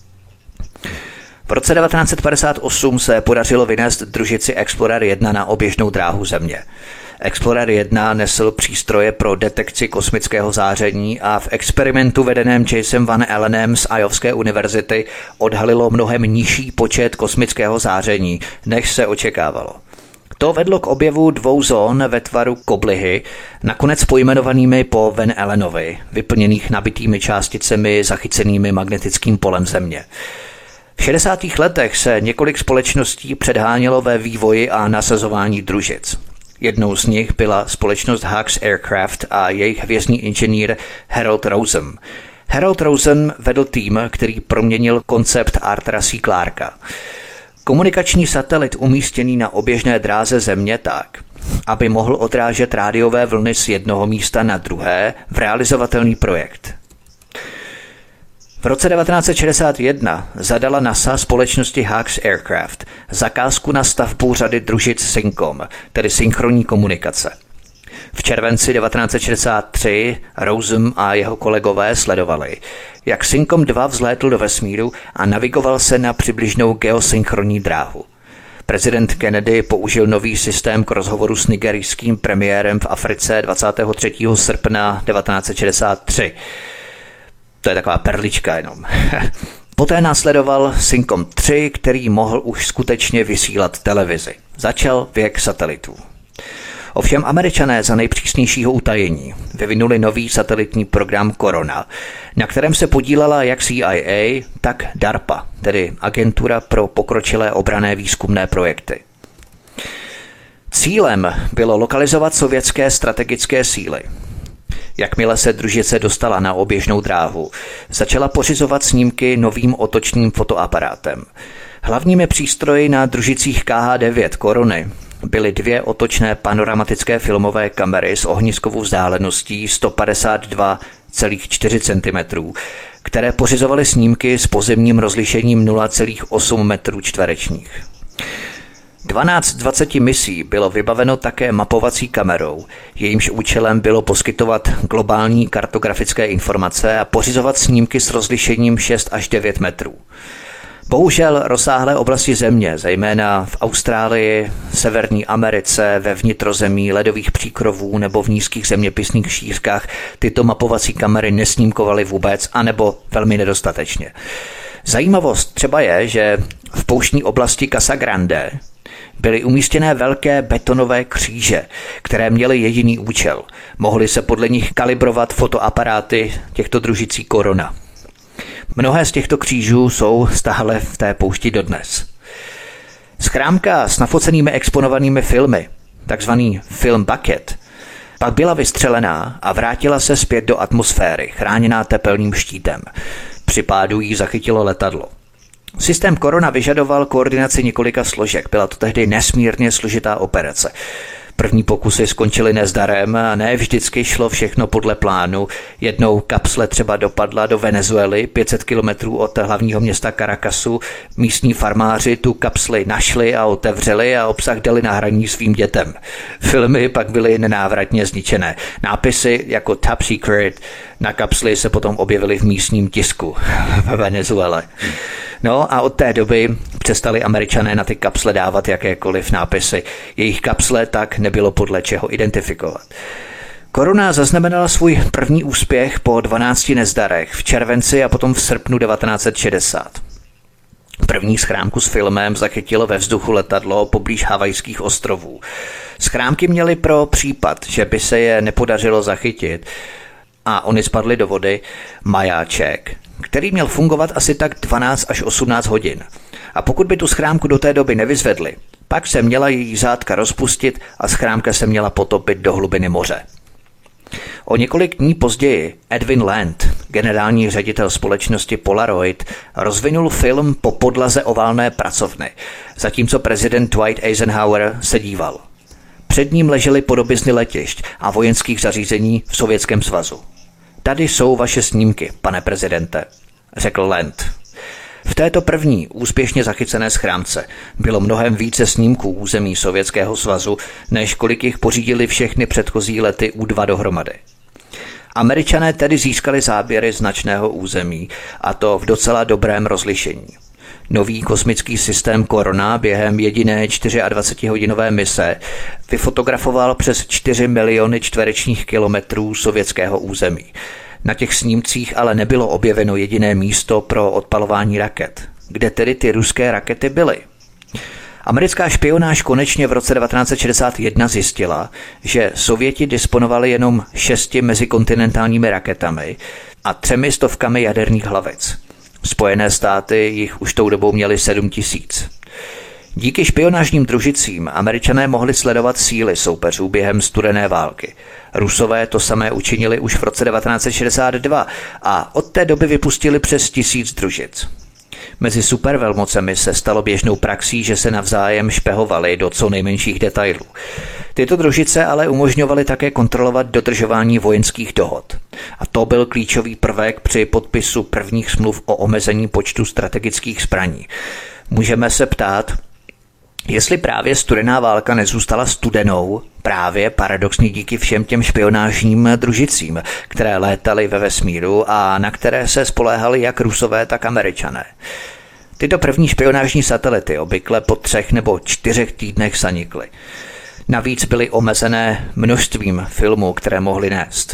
S1: V roce 1958 se podařilo vynést družici Explorer 1 na oběžnou dráhu Země. Explorer 1 nesl přístroje pro detekci kosmického záření a v experimentu vedeném Chasem Van Allenem z Iovské univerzity odhalilo mnohem nižší počet kosmického záření, než se očekávalo. To vedlo k objevu 2 zón ve tvaru koblihy, nakonec pojmenovanými po Van Allenovi, vyplněných nabitými částicemi zachycenými magnetickým polem Země. V 60. letech se několik společností předhánělo ve vývoji a nasazování družic. Jednou z nich byla společnost Hughes Aircraft a jejich hvězdný inženýr Harold Rosen. Harold Rosen vedl tým, který proměnil koncept Arthura C. Clarka. Komunikační satelit umístěný na oběžné dráze Země tak, aby mohl odrážet rádiové vlny z jednoho místa na druhé, v realizovatelný projekt. V roce 1961 zadala NASA společnosti Hughes Aircraft zakázku na stavbu řady družic SYNCOM, tedy synchronní komunikace. V červenci 1963 Rosen a jeho kolegové sledovali, jak SYNCOM 2 vzlétl do vesmíru a navigoval se na přibližnou geosynchronní dráhu. Prezident Kennedy použil nový systém k rozhovoru s nigerijským premiérem v Africe 23. srpna 1963. To je taková perlička jenom. Poté následoval SYNCOM 3, který mohl už skutečně vysílat televizi. Začal věk satelitů. Ovšem Američané za nejpřísnějšího utajení vyvinuli nový satelitní program Corona, na kterém se podílela jak CIA, tak DARPA, tedy Agentura pro pokročilé obranné výzkumné projekty. Cílem bylo lokalizovat sovětské strategické síly. Jakmile se družice dostala na oběžnou dráhu, začala pořizovat snímky novým otočným fotoaparátem. Hlavními přístroji na družicích KH-9 Korony byly 2 otočné panoramatické filmové kamery s ohniskovou vzdáleností 152,4 cm, které pořizovaly snímky s pozemním rozlišením 0,8 metrů čtverečních. 12 z 20 misí bylo vybaveno také mapovací kamerou, jejímž účelem bylo poskytovat globální kartografické informace a pořizovat snímky s rozlišením 6 až 9 metrů. Bohužel rozsáhlé oblasti země, zejména v Austrálii, Severní Americe, ve vnitrozemí ledových příkrovů nebo v nízkých zeměpisných šířkách, tyto mapovací kamery nesnímkovaly vůbec anebo velmi nedostatečně. Zajímavost třeba je, že v pouštní oblasti Casa Grande byly umístěné velké betonové kříže, které měly jediný účel. Mohly se podle nich kalibrovat fotoaparáty těchto družicí Corona. Mnohé z těchto křížů jsou stále v té poušti dodnes. Schrámka s nafocenými exponovanými filmy, takzvaný film bucket, pak byla vystřelená a vrátila se zpět do atmosféry, chráněná tepelným štítem. Při pádu jí zachytilo letadlo. Systém Corona vyžadoval koordinaci několika složek. Byla to tehdy nesmírně složitá operace. První pokusy skončily nezdarem a ne vždycky šlo všechno podle plánu. Jednou kapsle třeba dopadla do Venezuely, 500 kilometrů od hlavního města Caracasu. Místní farmáři tu kapsli našli a otevřeli a obsah dali na hraní svým dětem. Filmy pak byly nenávratně zničené. Nápisy jako Top Secret na kapsli se potom objevily v místním tisku ve Venezuele. No a od té doby přestali Američané na ty kapsle dávat jakékoliv nápisy. Jejich kapsle tak nebylo podle čeho identifikovat. Corona zaznamenala svůj první úspěch po 12 nezdarech v červenci a potom v srpnu 1960. První schrámku s filmem zachytilo ve vzduchu letadlo poblíž Havajských ostrovů. Schrámky měly pro případ, že by se je nepodařilo zachytit a oni spadli do vody, majáček, který měl fungovat asi tak 12 až 18 hodin. A pokud by tu schrámku do té doby nevyzvedli, pak se měla její zátka rozpustit a schrámka se měla potopit do hlubiny moře. O několik dní později Edwin Land, generální ředitel společnosti Polaroid, rozvinul film po podlaze oválné pracovny, zatímco prezident Dwight Eisenhower se díval. Před ním ležely podobizny letišť a vojenských zařízení v Sovětském svazu. Tady jsou vaše snímky, pane prezidente, řekl Land. V této první úspěšně zachycené schrámce bylo mnohem více snímků území Sovětského svazu, než kolik jich pořídili všechny předchozí lety U-2 dohromady. Američané tedy získali záběry značného území, a to v docela dobrém rozlišení. Nový kosmický systém Corona během jediné 24-hodinové mise vyfotografoval přes 4 miliony čtverečních kilometrů sovětského území. Na těch snímcích ale nebylo objeveno jediné místo pro odpalování raket. Kde tedy ty ruské rakety byly? Americká špionáž konečně v roce 1961 zjistila, že Sověti disponovali jenom 6 mezikontinentálními raketami a 300 jaderných hlavic. Spojené státy jich už tou dobou měly 7 000. Díky špionážním družicím Američané mohli sledovat síly soupeřů během studené války. Rusové to samé učinili už v roce 1962 a od té doby vypustili přes 1000 družic. Mezi supervelmocemi se stalo běžnou praxí, že se navzájem špehovali do co nejmenších detailů. Tyto družice ale umožňovaly také kontrolovat dodržování vojenských dohod. A to byl klíčový prvek při podpisu prvních smluv o omezení počtu strategických zbraní. Můžeme se ptát, jestli právě studená válka nezůstala studenou, právě paradoxně díky všem těm špionážním družicím, které létaly ve vesmíru a na které se spoléhali jak Rusové, tak Američané. Tyto první špionážní satelity obvykle po 3 nebo 4 týdnech zanikly. Navíc byly omezené množstvím filmů, které mohly nést.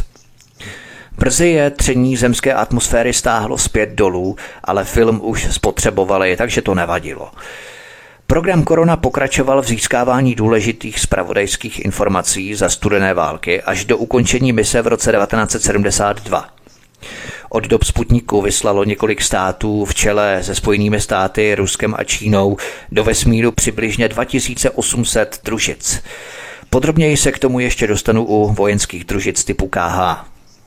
S1: Brzy je tření zemské atmosféry stáhlo zpět dolů, ale film už spotřebovali, takže to nevadilo. Program Corona pokračoval v získávání důležitých zpravodajských informací za studené války až do ukončení mise v roce 1972. Od dob Sputniku vyslalo několik států v čele se Spojenými státy, Ruskem a Čínou do vesmíru přibližně 2800 družic. Podrobněji se k tomu ještě dostanu u vojenských družic typu KH.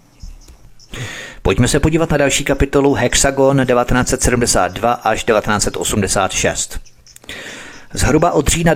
S1: Pojďme se podívat na další kapitolu Hexagon 1972 až 1986. Zhruba od října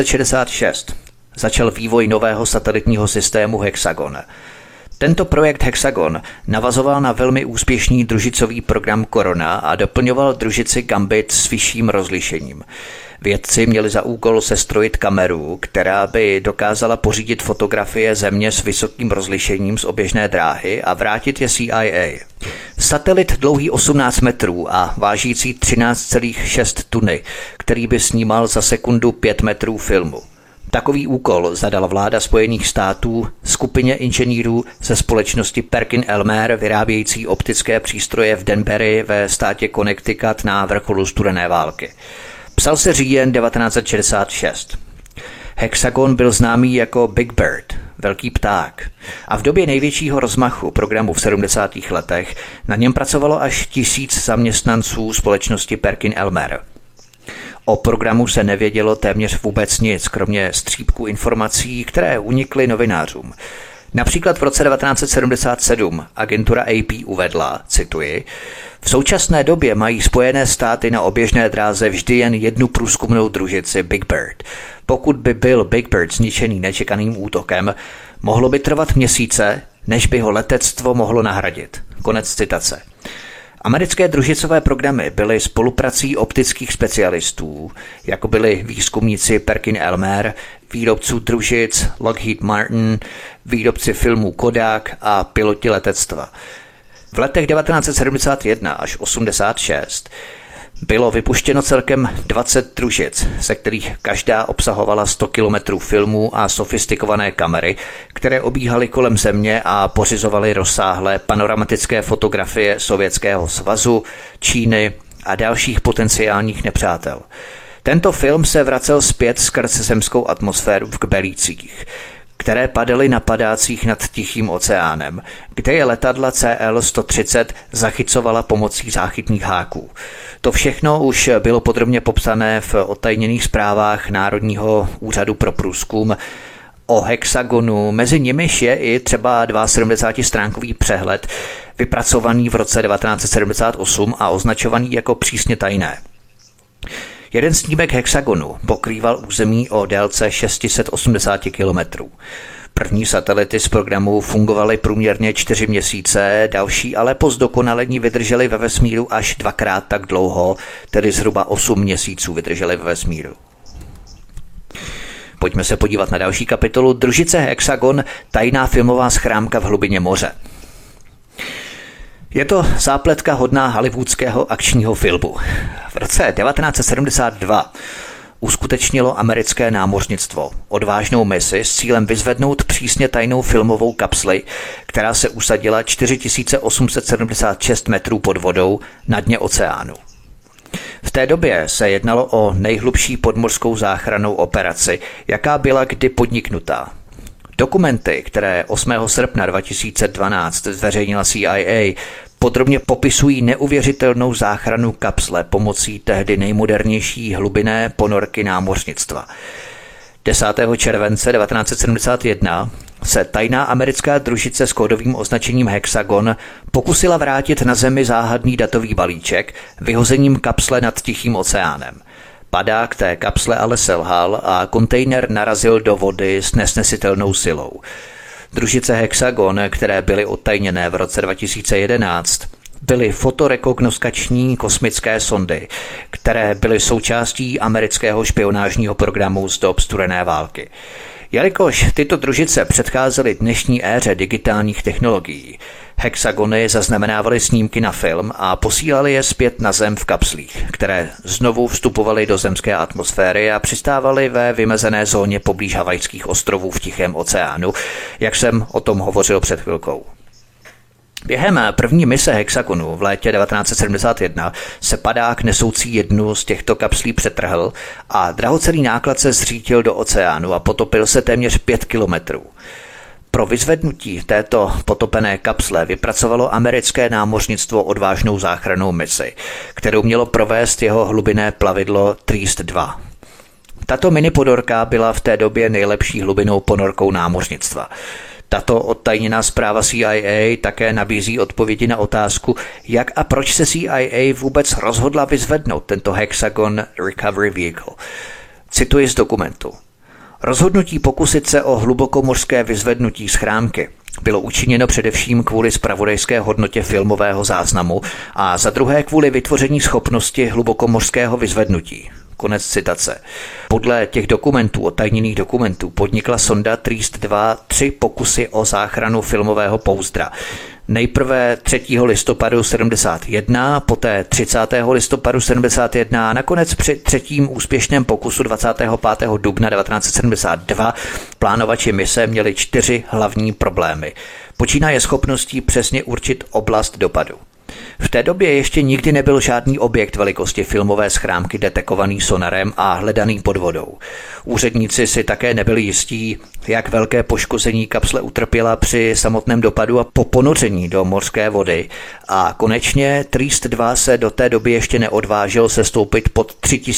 S1: 1966 začal vývoj nového satelitního systému Hexagon. Tento projekt Hexagon navazoval na velmi úspěšný družicový program Corona a doplňoval družici Gambit s vyšším rozlišením. Vědci měli za úkol sestrojit kameru, která by dokázala pořídit fotografie Země s vysokým rozlišením z oběžné dráhy a vrátit je CIA. Satelit dlouhý 18 metrů a vážící 13,6 tuny, který by snímal za sekundu 5 metrů filmu. Takový úkol zadala vláda Spojených států skupině inženýrů ze společnosti Perkin-Elmer vyrábějící optické přístroje v Danbury ve státě Connecticut na vrcholu studené války. Psal se říjen 1966. Hexagon byl známý jako Big Bird, velký pták, a v době největšího rozmachu programu v 70. letech na něm pracovalo až 1000 zaměstnanců společnosti Perkin-Elmer. O programu se nevědělo téměř vůbec nic, kromě střípků informací, které unikly novinářům. Například v roce 1977 agentura AP uvedla, cituji, v současné době mají Spojené státy na oběžné dráze vždy jen jednu průzkumnou družici Big Bird. Pokud by byl Big Bird zničený nečekaným útokem, mohlo by trvat měsíce, než by ho letectvo mohlo nahradit. Konec citace. Americké družicové programy byly spoluprací optických specialistů, jako byli výzkumníci Perkin-Elmer, výrobců družic Lockheed Martin, výrobci filmů Kodak a piloti letectva. V letech 1971 až 86 bylo vypuštěno celkem 20 družic, ze kterých každá obsahovala 100 kilometrů filmů a sofistikované kamery, které obíhaly kolem Země a pořizovaly rozsáhlé panoramatické fotografie Sovětského svazu, Číny a dalších potenciálních nepřátel. Tento film se vracel zpět skrz zemskou atmosféru v Kbelících, které padaly na padácích nad Tichým oceánem, kde je letadla CL-130 zachycovala pomocí záchytných háků. To všechno už bylo podrobně popsané v odtajněných zprávách Národního úřadu pro průzkum o Hexagonu, mezi nimiž je i třeba 72stránkový přehled, vypracovaný v roce 1978 a označovaný jako přísně tajné. Jeden snímek Hexagonu pokrýval území o délce 680 kilometrů. První satelity z programu fungovaly průměrně 4 měsíce, další ale po zdokonalení vydržely ve vesmíru až 2krát tak dlouho, tedy zhruba 8 měsíců vydržely ve vesmíru. Pojďme se podívat na další kapitolu Družice Hexagon, tajná filmová schránka v hlubině moře. Je to zápletka hodná hollywoodského akčního filmu. V roce 1972 uskutečnilo americké námořnictvo odvážnou misi s cílem vyzvednout přísně tajnou filmovou kapsli, která se usadila 4876 metrů pod vodou na dně oceánu. V té době se jednalo o nejhlubší podmořskou záchrannou operaci, jaká byla kdy podniknutá. Dokumenty, které 8. srpna 2012 zveřejnila CIA, podrobně popisují neuvěřitelnou záchranu kapsle pomocí tehdy nejmodernější hlubinné ponorky námořnictva. 10. července 1971 se tajná americká družice s kódovým označením Hexagon pokusila vrátit na Zemi záhadný datový balíček vyhozením kapsle nad Tichým oceánem. Padák té kapsle ale selhal a kontejner narazil do vody s nesnesitelnou silou. Družice Hexagon, které byly odtajněné v roce 2011, byly fotorekognoskační kosmické sondy, které byly součástí amerického špionážního programu z dob studené války. Jelikož tyto družice předcházely dnešní éře digitálních technologií, Hexagony zaznamenávaly snímky na film a posílaly je zpět na Zem v kapslích, které znovu vstupovaly do zemské atmosféry a přistávaly ve vymezené zóně poblíž Havajských ostrovů v Tichém oceánu, jak jsem o tom hovořil před chvilkou. Během první mise Hexagonu v létě 1971 se padák nesoucí jednu z těchto kapslí přetrhl a drahocenný náklad se zřítil do oceánu a potopil se téměř 5 kilometrů. Pro vyzvednutí této potopené kapsle vypracovalo americké námořnictvo odvážnou záchrannou misi, kterou mělo provést jeho hlubinné plavidlo Triest 2. Tato minipodorka byla v té době nejlepší hlubinnou ponorkou námořnictva. Tato odtajněná zpráva CIA také nabízí odpovědi na otázku, jak a proč se CIA vůbec rozhodla vyzvednout tento Hexagon Recovery Vehicle. Cituji z dokumentu. Rozhodnutí pokusit se o hlubokomořské vyzvednutí schránky bylo učiněno především kvůli zpravodajské hodnotě filmového záznamu a za druhé kvůli vytvoření schopnosti hlubokomořského vyzvednutí. Konec citace. Podle těch dokumentů, odtajněných dokumentů, podnikla sonda TRIEST 2 3 pokusy o záchranu filmového pouzdra. Nejprve 3. listopadu 71, poté 30. listopadu 71 a nakonec při třetím úspěšném pokusu 25. dubna 1972 plánovači mise měli 4 hlavní problémy. Počínaje schopností přesně určit oblast dopadu. V té době ještě nikdy nebyl žádný objekt velikosti filmové schránky detekovaný sonarem a hledaný pod vodou. Úředníci si také nebyli jistí, jak velké poškození kapsle utrpěla při samotném dopadu a po ponoření do mořské vody. A konečně TRIEST 2 se do té doby ještě neodvážil sestoupit pod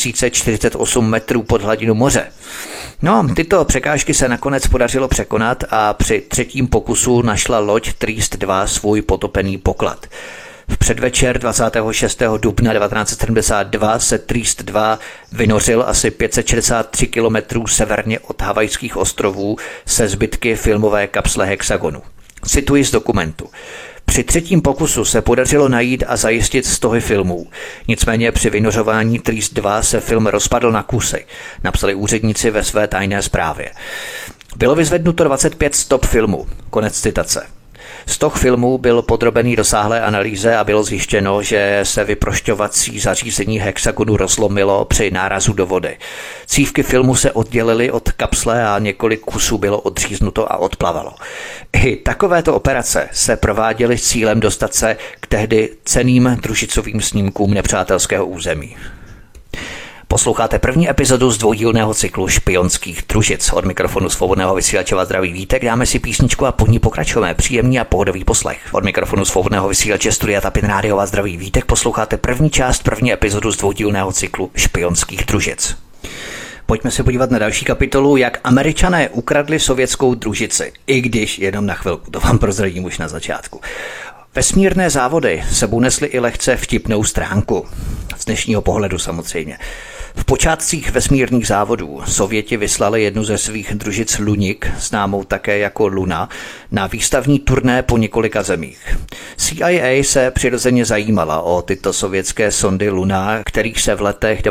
S1: 3048 metrů pod hladinu moře. No, tyto překážky se nakonec podařilo překonat a při třetím pokusu našla loď TRIEST 2 svůj potopený poklad. V předvečer 26. dubna 1972 se TRIEST 2 vynořil asi 563 km severně od Havajských ostrovů se zbytky filmové kapsle Hexagonu. Cituji z dokumentu. Při třetím pokusu se podařilo najít a zajistit stohy filmů. Nicméně při vynořování TRIEST 2 se film rozpadl na kusy, napsali úředníci ve své tajné zprávě. Bylo vyzvednuto 25 stop filmů. Konec citace. Stoh filmů byl podrobený rozsáhlé analýze a bylo zjištěno, že se vyprošťovací zařízení Hexagonu rozlomilo při nárazu do vody. Cívky filmu se oddělily od kapsle a několik kusů bylo odříznuto a odplavalo. I takovéto operace se prováděly s cílem dostat se k tehdy cenným družicovým snímkům nepřátelského území. Posloucháte první epizodu z dvoudílného cyklu Špionských družic. Od mikrofonu Svobodného vysílače vás zdraví Vítek, dáme si písničku a po ní pokračujeme. Příjemný a pohodový poslech. Od mikrofonu Svobodného vysílače Studia Tapin Rádio vás zdraví Vítek, posloucháte první část, první epizodu z dvoudílného cyklu Špionských družic. Pojďme se podívat na další kapitolu, jak Američané ukradli sovětskou družici, i když jenom na chvilku, to vám prozradím už na začátku. Vesmírné závody sebou nesly i lehce vtipnou stránku. Z dnešního pohledu samozřejmě. V počátcích vesmírných závodů Sověti vyslali jednu ze svých družic Lunik, známou také jako Luna, na výstavní turné po několika zemích. CIA se přirozeně zajímala o tyto sovětské sondy Luna, kterých se v letech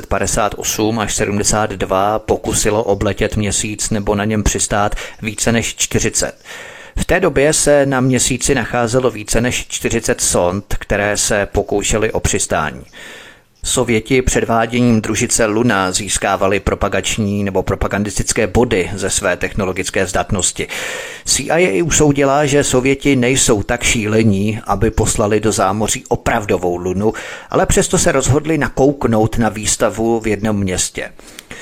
S1: 1958 až 72 pokusilo obletět Měsíc nebo na něm přistát více než 40. V té době se na Měsíci nacházelo více než 40 sond, které se pokoušely o přistání. Sověti předváděním družice Luna získávali propagační nebo propagandistické body ze své technologické zdatnosti. CIA usoudila, že Sověti nejsou tak šílení, aby poslali do zámoří opravdovou Lunu, ale přesto se rozhodli nakouknout na výstavu v jednom městě.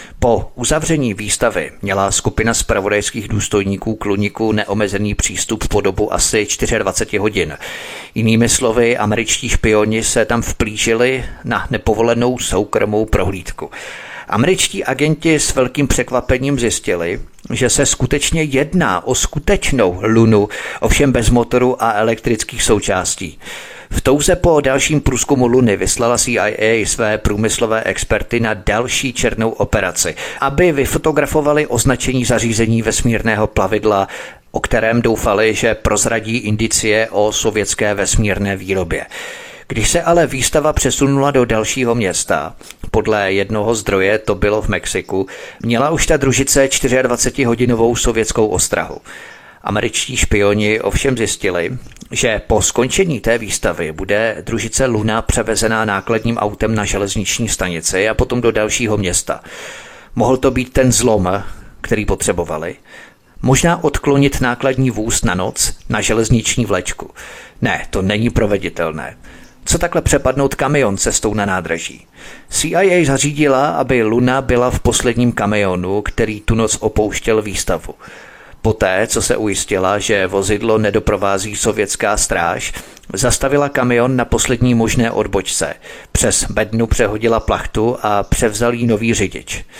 S1: Po uzavření výstavy měla skupina zpravodajských důstojníků k Luniku neomezený přístup po dobu asi 24 hodin. Jinými slovy, američtí špioni se tam vplížili na nepovolenou soukromou prohlídku. Američtí agenti s velkým překvapením zjistili, že se skutečně jedná o skutečnou Lunu, ovšem bez motoru a elektrických součástí. V touze po dalším průzkumu Luny vyslala CIA své průmyslové experty na další černou operaci, aby vyfotografovali označení zařízení vesmírného plavidla, o kterém doufali, že prozradí indicie o sovětské vesmírné výrobě. Když se ale výstava přesunula do dalšího města, podle jednoho zdroje to bylo v Mexiku, měla už ta družice 24hodinovou sovětskou ostrahu. Američtí špioni ovšem zjistili, že po skončení té výstavy bude družice Luna převezená nákladním autem na železniční stanici a potom do dalšího města. Mohl to být ten zlom, který potřebovali. Možná odklonit nákladní vůz na noc na železniční vlečku. Ne, to není proveditelné. Co takhle přepadnout kamion cestou na nádraží? CIA zařídila, aby Luna byla v posledním kamionu, který tu noc opouštěl výstavu. Poté, co se ujistila, že vozidlo nedoprovází sovětská stráž, zastavila kamion na poslední možné odbočce. Přes bednu přehodila plachtu a převzal jí nový řidič.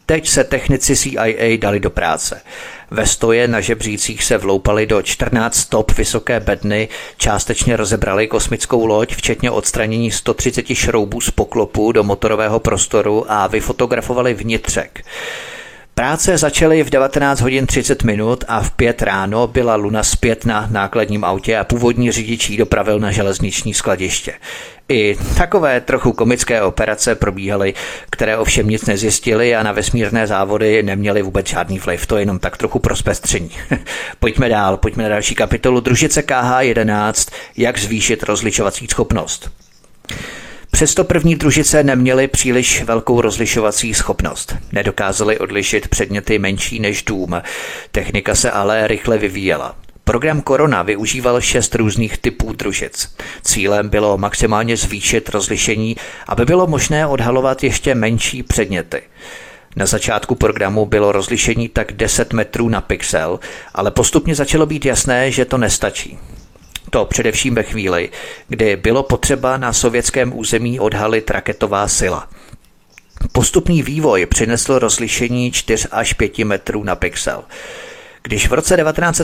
S1: Teď se technici CIA dali do práce. Ve stoje na žebřících se vloupali do 14 stop vysoké bedny, částečně rozebrali kosmickou loď, včetně odstranění 130 šroubů z poklopu do motorového prostoru a vyfotografovali vnitřek. Práce začaly v 19 hodin 30 minut a v 5 ráno byla Luna zpět na nákladním autě a původní řidič ji dopravil na železniční skladiště. I takové trochu komické operace probíhaly, které ovšem nic nezjistily a na vesmírné závody neměly vůbec žádný vliv, to jenom tak trochu pro zpestření. Pojďme dál, pojďme na další kapitolu družice KH-11, jak zvýšit rozlišovací schopnost. Přesto první družice neměly příliš velkou rozlišovací schopnost. Nedokázali odlišit předměty menší než dům. Technika se ale rychle vyvíjela. Program Corona využíval 6 různých typů družic. Cílem bylo maximálně zvýšit rozlišení, aby bylo možné odhalovat ještě menší předměty. Na začátku programu bylo rozlišení tak 10 metrů na pixel, ale postupně začalo být jasné, že to nestačí. To především ve chvíli, kdy bylo potřeba na sovětském území odhalit raketová sila. Postupný vývoj přinesl rozlišení 4 až 5 metrů na pixel. Když v roce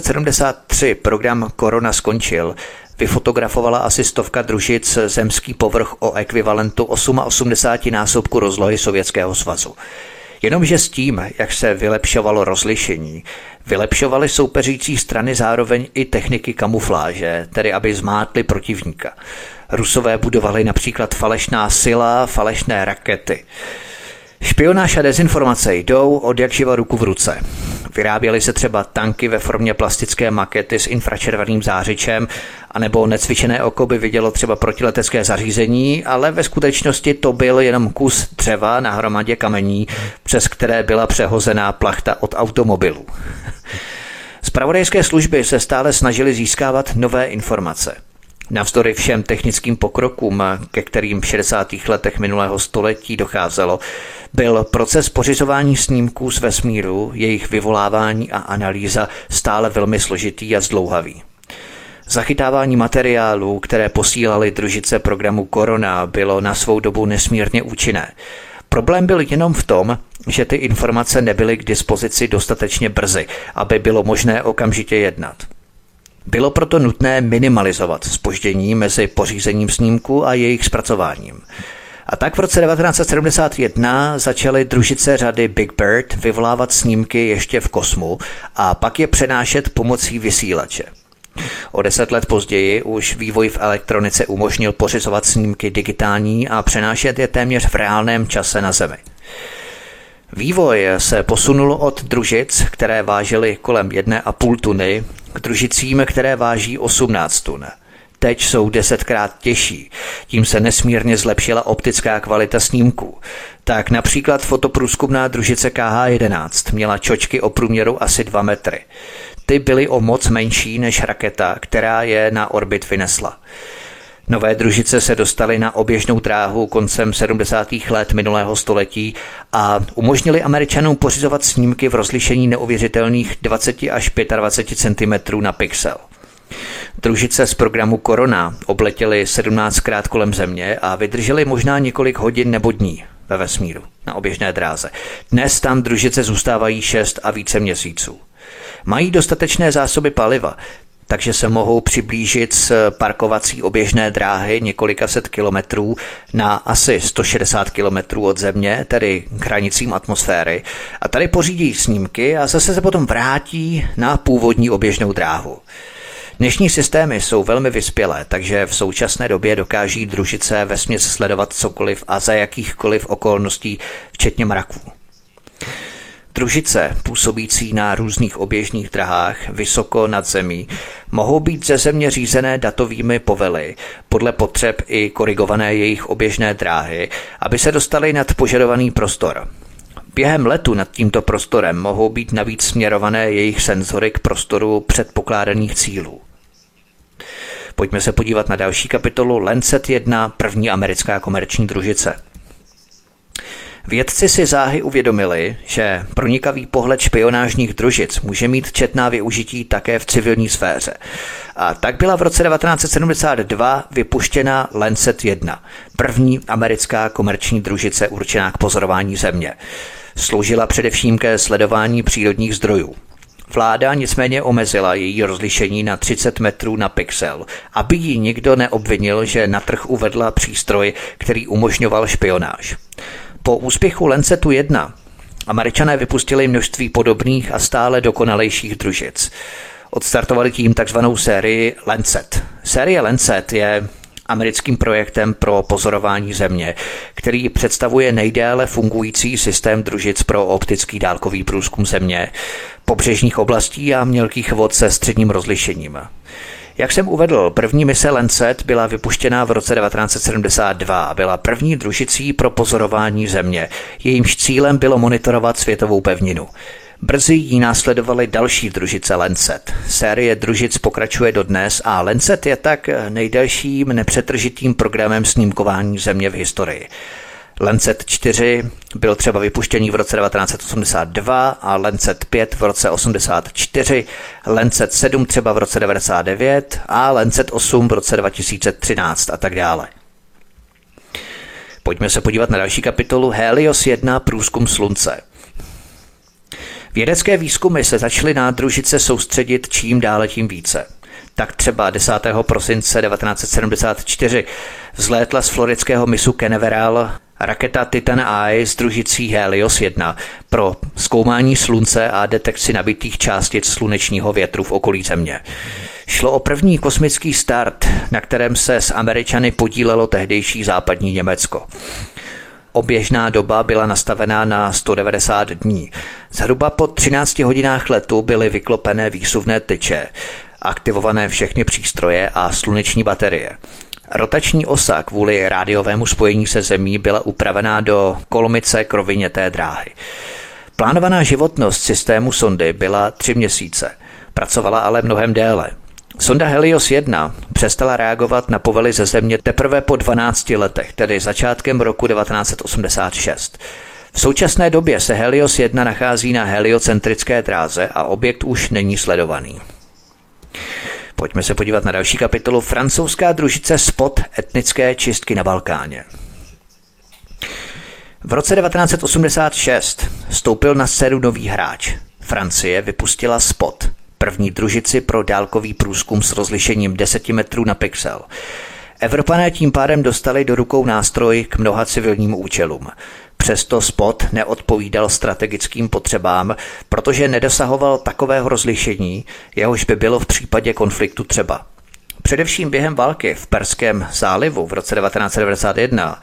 S1: 1973 program Corona skončil, vyfotografovala asi 100 družic zemský povrch o ekvivalentu 88násobku rozlohy Sovětského svazu. Jenomže s tím, jak se vylepšovalo rozlišení, vylepšovaly soupeřící strany zároveň i techniky kamufláže, tedy aby zmátli protivníka. Rusové budovali například falešná sila, falešné rakety. Špionáž a dezinformace jdou od jakživa ruku v ruce. Vyráběly se třeba tanky ve formě plastické makety s infračerveným zářičem, anebo necvičené oko by vidělo třeba protiletecké zařízení, ale ve skutečnosti to byl jenom kus dřeva na hromadě kamení, přes které byla přehozená plachta od automobilů. Zpravodajské služby se stále snažily získávat nové informace. Navzdory všem technickým pokrokům, ke kterým v 60. letech minulého století docházelo, byl proces pořizování snímků z vesmíru, jejich vyvolávání a analýza stále velmi složitý a zdlouhavý. Zachytávání materiálů, které posílaly družice programu Corona, bylo na svou dobu nesmírně účinné. Problém byl jenom v tom, že ty informace nebyly k dispozici dostatečně brzy, aby bylo možné okamžitě jednat. Bylo proto nutné minimalizovat zpoždění mezi pořízením snímku a jejich zpracováním. A tak v roce 1971 začaly družice řady Big Bird vyvolávat snímky ještě v kosmu a pak je přenášet pomocí vysílače. O 10 let později už vývoj v elektronice umožnil pořizovat snímky digitální a přenášet je téměř v reálném čase na Zemi. Vývoj se posunul od družic, které vážily kolem 1,5 tuny, k družicím, které váží 18 tun. Teď jsou 10krát těžší, tím se nesmírně zlepšila optická kvalita snímků. Tak například fotoprůzkumná družice KH-11 měla čočky o průměru asi 2 metry. Ty byly o moc menší než raketa, která je na orbit vynesla. Nové družice se dostaly na oběžnou dráhu koncem 70. let minulého století a umožnili Američanům pořizovat snímky v rozlišení neuvěřitelných 20 až 25 cm na pixel. Družice z programu Corona obletěly 17krát kolem Země a vydržely možná několik hodin nebo dní ve vesmíru na oběžné dráze. Dnes tam družice zůstávají 6 a více měsíců. Mají dostatečné zásoby paliva, takže se mohou přiblížit z parkovací oběžné dráhy několika set kilometrů na asi 160 kilometrů od Země, tedy k hranicím atmosféry, a tady pořídí snímky a zase se potom vrátí na původní oběžnou dráhu. Dnešní systémy jsou velmi vyspělé, takže v současné době dokáží družice vesměs sledovat cokoliv a za jakýchkoliv okolností, včetně mraků. Družice, působící na různých oběžných drahách vysoko nad zemí, mohou být ze Země řízené datovými povely, podle potřeb i korigované jejich oběžné dráhy, aby se dostaly nad požadovaný prostor. Během letu nad tímto prostorem mohou být navíc směrované jejich senzory k prostoru předpokládaných cílů. Pojďme se podívat na další kapitolu Lancet 1, první americká komerční družice. Vědci si záhy uvědomili, že pronikavý pohled špionážních družic může mít četná využití také v civilní sféře. A tak byla v roce 1972 vypuštěna Landsat 1, první americká komerční družice určená k pozorování Země. Sloužila především ke sledování přírodních zdrojů. Vláda nicméně omezila její rozlišení na 30 metrů na pixel, aby ji nikdo neobvinil, že na trh uvedla přístroj, který umožňoval špionáž. Po úspěchu Landsatu 1 Američané vypustili množství podobných a stále dokonalejších družic. Odstartovali tím takzvanou sérii Landsat. Série Landsat je americkým projektem pro pozorování Země, který představuje nejdéle fungující systém družic pro optický dálkový průzkum Země, pobřežních oblastí a mělkých vod se středním rozlišením. Jak jsem uvedl, první mise Landsat byla vypuštěna v roce 1972 a byla první družicí pro pozorování Země. Jejímž cílem bylo monitorovat světovou pevninu. Brzy jí následovaly další družice Landsat. Série družic pokračuje dodnes a Landsat je tak nejdelším nepřetržitým programem snímkování Země v historii. Landsat 4 byl třeba vypuštěný v roce 1982 a Landsat 5 v roce 1984, Landsat 7 třeba v roce 1999 a Landsat 8 v roce 2013 a tak dále. Pojďme se podívat na další kapitolu Helios 1 průzkum Slunce. Vědecké výzkumy se začaly na družice soustředit čím dále tím více. Tak třeba 10. prosince 1974 vzlétla z floridského mysu Canaveral raketa Titan I s družicí Helios 1 pro zkoumání Slunce a detekci nabitých částic slunečního větru v okolí Země. Šlo o první kosmický start, na kterém se s Američany podílelo tehdejší západní Německo. Oběžná doba byla nastavená na 190 dní. Zhruba po 13 hodinách letu byly vyklopené výsuvné tyče, aktivované všechny přístroje a sluneční baterie. Rotační osa kvůli rádiovému spojení se Zemí byla upravená do kolomice k rovině té dráhy. Plánovaná životnost systému sondy byla 3 měsíce, pracovala ale mnohem déle. Sonda Helios 1 přestala reagovat na povely ze Země teprve po 12 letech, tedy začátkem roku 1986. V současné době se Helios 1 nachází na heliocentrické dráze a objekt už není sledovaný. Pojďme se podívat na další kapitolu Francouzská družice SPOT etnické čistky na Balkáně. V roce 1986 vstoupil na scénu nový hráč. Francie vypustila SPOT, první družici pro dálkový průzkum s rozlišením 10 metrů na pixel. Evropané tím pádem dostali do rukou nástroj k mnoha civilním účelům. Přesto SPOT neodpovídal strategickým potřebám, protože nedosahoval takového rozlišení, jehož by bylo v případě konfliktu třeba. Především během války v Perském zálivu v roce 1991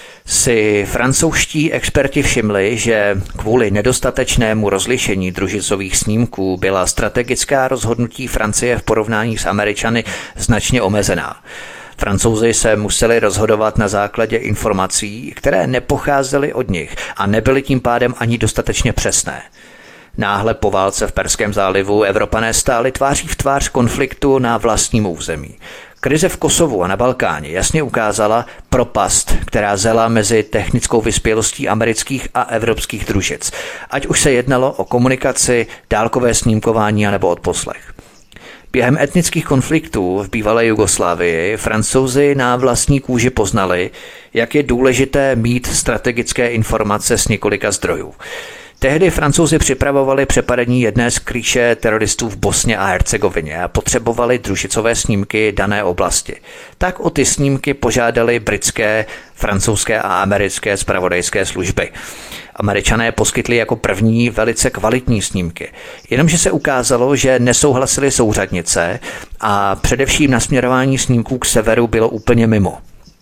S1: si francouzští experti všimli, že kvůli nedostatečnému rozlišení družicových snímků byla strategická rozhodnutí Francie v porovnání s Američany značně omezená. Francouzi se museli rozhodovat na základě informací, které nepocházely od nich a nebyly tím pádem ani dostatečně přesné. Náhle po válce v Perském zálivu Evropané stáli tváří v tvář konfliktu na vlastním území. Krize v Kosovu a na Balkáně jasně ukázala propast, která zela mezi technickou vyspělostí amerických a evropských družic, ať už se jednalo o komunikaci, dálkové snímkování anebo odposlech. Během etnických konfliktů v bývalé Jugoslávii Francouzi na vlastní kůži poznali, jak je důležité mít strategické informace z několika zdrojů. Tehdy Francouzi připravovali přepadení jedné z klíše teroristů v Bosně a Hercegovině a potřebovali družicové snímky dané oblasti. Tak o ty snímky požádali britské, francouzské a americké zpravodajské služby. Američané poskytli jako první velice kvalitní snímky, jenomže se ukázalo, že nesouhlasili souřadnice a především nasměrování snímků k severu bylo úplně mimo.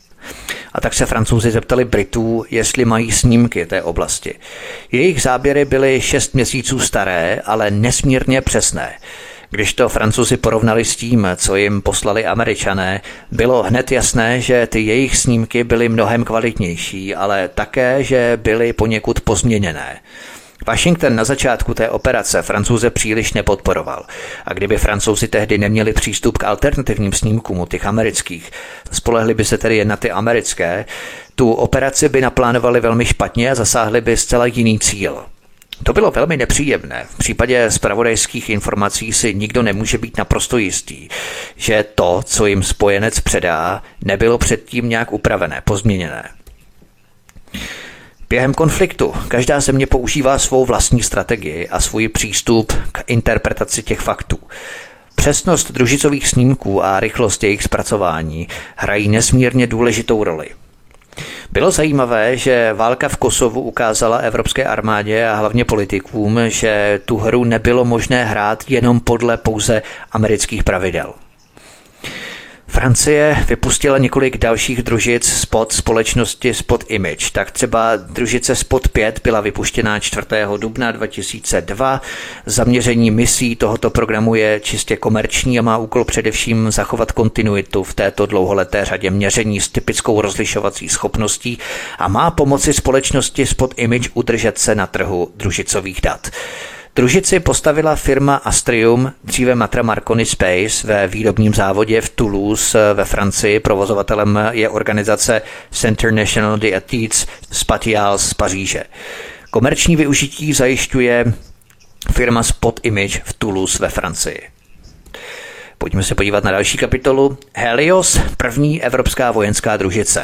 S1: A tak se Francouzi zeptali Britů, jestli mají snímky té oblasti. Jejich záběry byly 6 měsíců staré, ale nesmírně přesné. Když to Francouzi porovnali s tím, co jim poslali Američané, bylo hned jasné, že ty jejich snímky byly mnohem kvalitnější, ale také, že byly poněkud pozměněné. Washington na začátku té operace Francouze příliš nepodporoval a kdyby Francouzi tehdy neměli přístup k alternativním snímkům těch amerických, spolehli by se tedy jen na ty americké, tu operaci by naplánovali velmi špatně a zasáhli by zcela jiný cíl. To bylo velmi nepříjemné. V případě zpravodajských informací si nikdo nemůže být naprosto jistý, že to, co jim spojenec předá, nebylo předtím nějak upravené, pozměněné. Během konfliktu každá země používá svou vlastní strategii a svůj přístup k interpretaci těch faktů. Přesnost družicových snímků a rychlost jejich zpracování hrají nesmírně důležitou roli. Bylo zajímavé, že válka v Kosovu ukázala evropské armádě a hlavně politikům, že tu hru nebylo možné hrát jenom podle pouze amerických pravidel. Francie vypustila několik dalších družic spod společnosti Spot Image. Tak třeba družice Spot 5 byla vypuštěná 4. dubna 2002. Zaměření misí tohoto programu je čistě komerční a má úkol především zachovat kontinuitu v této dlouholeté řadě měření s typickou rozlišovací schopností a má pomoci společnosti Spot Image udržet se na trhu družicových dat. Družici postavila firma Astrium, dříve Matra Marconi Space, ve výrobním závodě v Toulouse ve Francii. Provozovatelem je organizace Centre National d'Études Spatiales z Paříže. Komerční využití zajišťuje firma Spot Image v Toulouse ve Francii. Pojďme se podívat na další kapitolu. Helios, první evropská vojenská družice.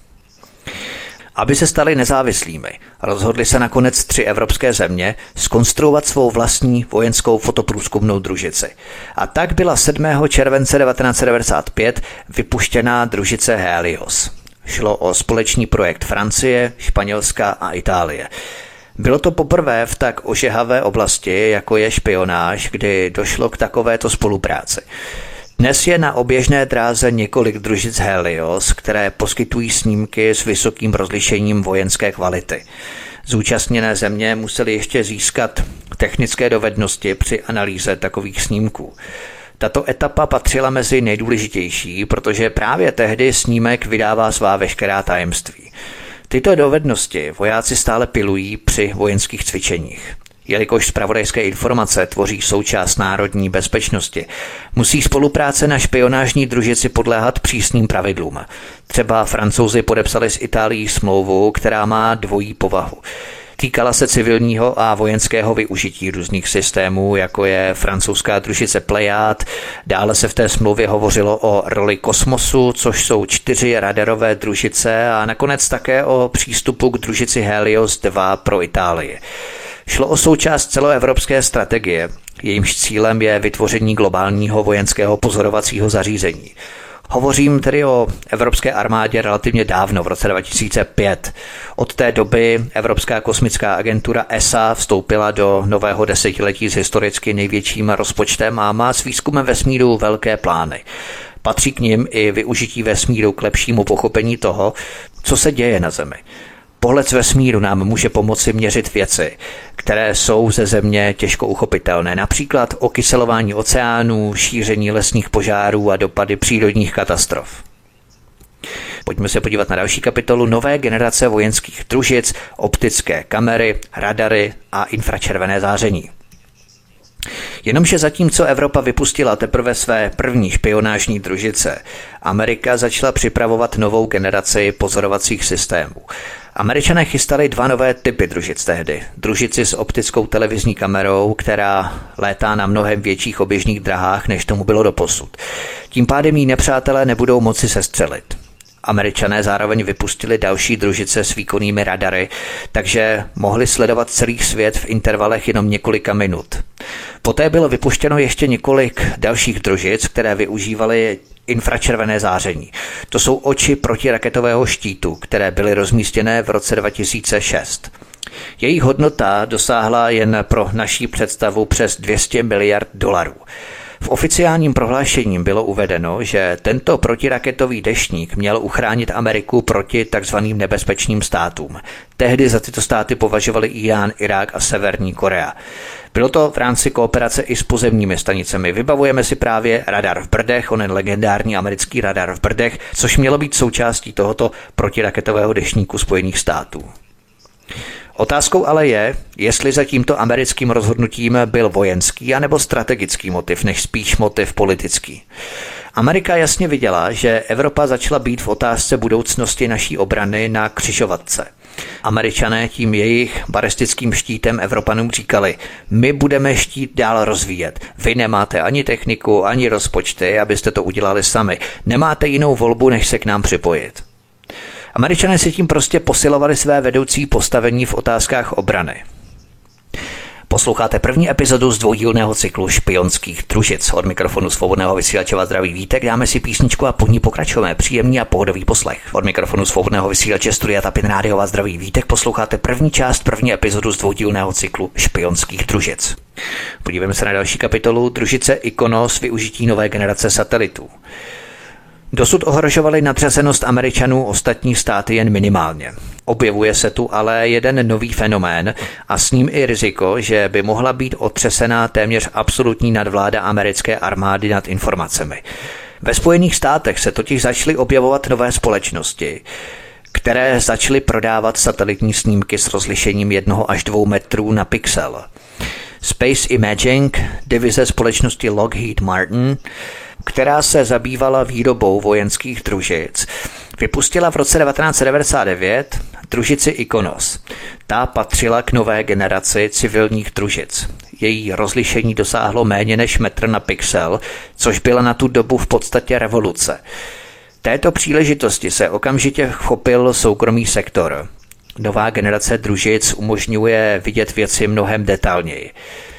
S1: Aby se stali nezávislými, rozhodli se nakonec 3 evropské země zkonstruovat svou vlastní vojenskou fotoprůzkumnou družici. A tak byla 7. července 1995 vypuštěná družice Helios. Šlo o společný projekt Francie, Španělska a Itálie. Bylo to poprvé v tak ožehavé oblasti, jako je špionáž, kdy došlo k takovéto spolupráci. Dnes je na oběžné dráze několik družic Helios, které poskytují snímky s vysokým rozlišením vojenské kvality. Zúčastněné země musely ještě získat technické dovednosti při analýze takových snímků. Tato etapa patřila mezi nejdůležitější, protože právě tehdy snímek vydává svá veškerá tajemství. Tyto dovednosti vojáci stále pilují při vojenských cvičeních. Jelikož zpravodajské informace tvoří součást národní bezpečnosti, musí spolupráce na špionážní družici podléhat přísným pravidlům. Třeba Francouzi podepsali s Itálií smlouvu, která má dvojí povahu. Týkala se civilního a vojenského využití různých systémů, jako je francouzská družice Pléiade. Dále se v té smlouvě hovořilo o roli kosmosu, což jsou 4 radarové družice a nakonec také o přístupu k družici Helios 2 pro Itálii. Šlo o součást celoevropské strategie, jejímž cílem je vytvoření globálního vojenského pozorovacího zařízení. Hovořím tedy o evropské armádě relativně dávno, v roce 2005. Od té doby Evropská kosmická agentura ESA vstoupila do nového desetiletí s historicky největším rozpočtem a má s výzkumem vesmíru velké plány. Patří k nim i využití vesmíru k lepšímu pochopení toho, co se děje na Zemi. Pohled z vesmíru nám může pomoci měřit věci, které jsou ze Země těžko uchopitelné, například okyselování oceánů, šíření lesních požárů a dopady přírodních katastrof. Pojďme se podívat na další kapitolu nové generace vojenských družic, optické kamery, radary a infračervené záření. Jenomže zatímco Evropa vypustila teprve své první špionážní družice, Amerika začala připravovat novou generaci pozorovacích systémů. Američané chystali 2 nové typy družic tehdy. Družici s optickou televizní kamerou, která létá na mnohem větších oběžných drahách, než tomu bylo doposud. Tím pádem jí nepřátelé nebudou moci sestřelit. Američané zároveň vypustili další družice s výkonnými radary, takže mohli sledovat celý svět v intervalech jenom několika minut. Poté bylo vypuštěno ještě několik dalších družic, které využívaly infračervené záření. To jsou oči protiraketového štítu, které byly rozmístěné v roce 2006. Jejich hodnota dosáhla jen pro naší představu přes $200 miliard. V oficiálním prohlášení bylo uvedeno, že tento protiraketový deštník měl uchránit Ameriku proti takzvaným nebezpečným státům. Tehdy za tyto státy považovali Irán, Irák a Severní Korea. Bylo to v rámci kooperace i s pozemními stanicemi. Vybavujeme si právě radar v Brdech, onen legendární americký radar v Brdech, což mělo být součástí tohoto protiraketového deštníku Spojených států. Otázkou ale je, jestli za tímto americkým rozhodnutím byl vojenský anebo strategický motiv, než spíš motiv politický. Amerika jasně viděla, že Evropa začala být v otázce budoucnosti naší obrany na křižovatce. Američané tím jejich balistickým štítem Evropanům říkali, my budeme štít dál rozvíjet. Vy nemáte ani techniku, ani rozpočty, abyste to udělali sami. Nemáte jinou volbu, než se k nám připojit. Američané si tím prostě posilovali své vedoucí postavení v otázkách obrany. Posloucháte první epizodu z dvoudílného cyklu Špionských družic. Od mikrofonu Svobodného vysílače vás zdraví Vítek, dáme si písničku a po ní pokračujeme. Příjemný a pohodový poslech. Od mikrofonu Svobodného vysílače Studia Tapin Rádio vás zdraví Vítek, posloucháte první epizodu z dvoudílného cyklu Špionských družic. Podívejme se na další kapitolu družice Ikonos, využití nové generace satelitů. Dosud ohrožovali nadřazenost Američanů ostatní státy jen minimálně. Objevuje se tu ale jeden nový fenomén a s ním i riziko, že by mohla být otřesená téměř absolutní nadvláda americké armády nad informacemi. Ve Spojených státech se totiž začaly objevovat nové společnosti, které začaly prodávat satelitní snímky s rozlišením 1 až 2 metrů na pixel. Space Imaging, divize společnosti Lockheed Martin, která se zabývala výrobou vojenských družic, vypustila v roce 1999 družici Ikonos. Ta patřila k nové generaci civilních družic. Její rozlišení dosáhlo méně než metr na pixel, což byla na tu dobu v podstatě revoluce. Této příležitosti se okamžitě chopil soukromý sektor. Nová generace družic umožňuje vidět věci mnohem detailněji.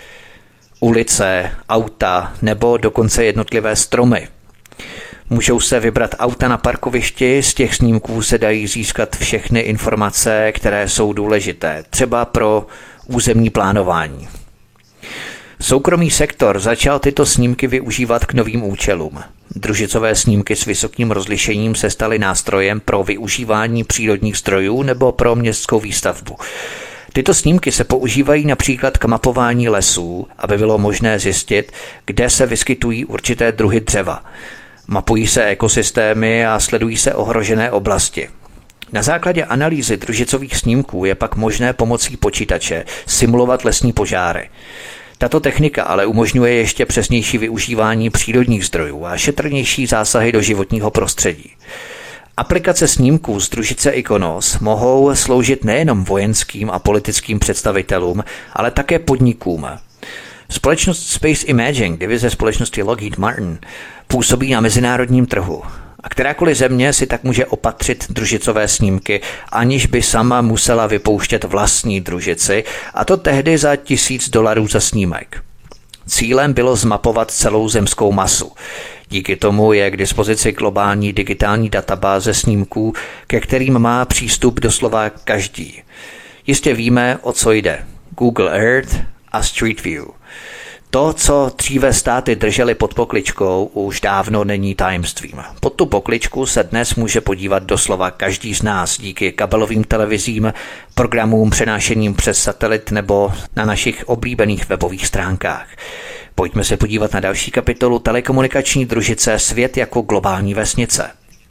S1: Ulice, auta nebo dokonce jednotlivé stromy. Můžou se vybrat auta na parkovišti, z těch snímků se dají získat všechny informace, které jsou důležité, třeba pro územní plánování. Soukromý sektor začal tyto snímky využívat k novým účelům. Družicové snímky s vysokým rozlišením se staly nástrojem pro využívání přírodních zdrojů nebo pro městskou výstavbu. Tyto snímky se používají například k mapování lesů, aby bylo možné zjistit, kde se vyskytují určité druhy dřeva. Mapují se ekosystémy a sledují se ohrožené oblasti. Na základě analýzy družicových snímků je pak možné pomocí počítače simulovat lesní požáry. Tato technika ale umožňuje ještě přesnější využívání přírodních zdrojů a šetrnější zásahy do životního prostředí. Aplikace snímků z družice Ikonos mohou sloužit nejenom vojenským a politickým představitelům, ale také podnikům. Společnost Space Imaging, divize společnosti Lockheed Martin, působí na mezinárodním trhu a kterákoliv země si tak může opatřit družicové snímky, aniž by sama musela vypouštět vlastní družici, a to tehdy za $1000 za snímek. Cílem bylo zmapovat celou zemskou masu. Díky tomu je k dispozici globální digitální databáze snímků, ke kterým má přístup doslova každý. Jistě víme, o co jde. Google Earth a Street View. To, co dříve státy držely pod pokličkou, už dávno není tajemstvím. Pod tu pokličku se dnes může podívat doslova každý z nás díky kabelovým televizím, programům přenášením přes satelit nebo na našich oblíbených webových stránkách. Pojďme se podívat na další kapitolu telekomunikační družice Svět jako globální vesnice.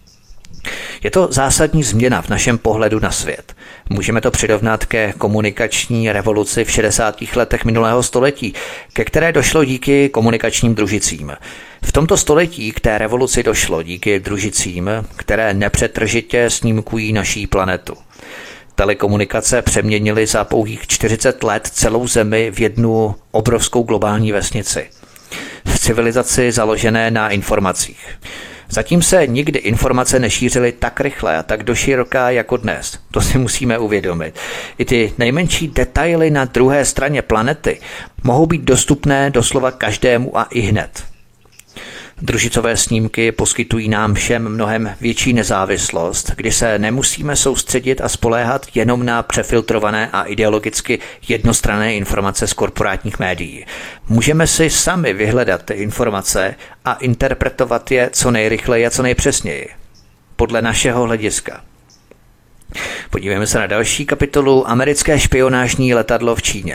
S1: Je to zásadní změna v našem pohledu na svět. Můžeme to přirovnat ke komunikační revoluci v 60. letech minulého století, ke které došlo díky komunikačním družicím. V tomto století k té revoluci došlo díky družicím, které nepřetržitě snímkují naší planetu. Telekomunikace přeměnily za pouhých 40 let celou Zemi v jednu obrovskou globální vesnici. V civilizaci založené na informacích. Zatím se nikdy informace nešířily tak rychle a tak doširoká jako dnes. To si musíme uvědomit. I ty nejmenší detaily na druhé straně planety mohou být dostupné doslova každému a ihned. Družicové snímky poskytují nám všem mnohem větší nezávislost, kdy se nemusíme soustředit a spoléhat jenom na přefiltrované a ideologicky jednostranné informace z korporátních médií. Můžeme si sami vyhledat ty informace a interpretovat je co nejrychleji a co nejpřesněji. Podle našeho hlediska. Podívejme se na další kapitolu Americké špionážní letadlo v Číně.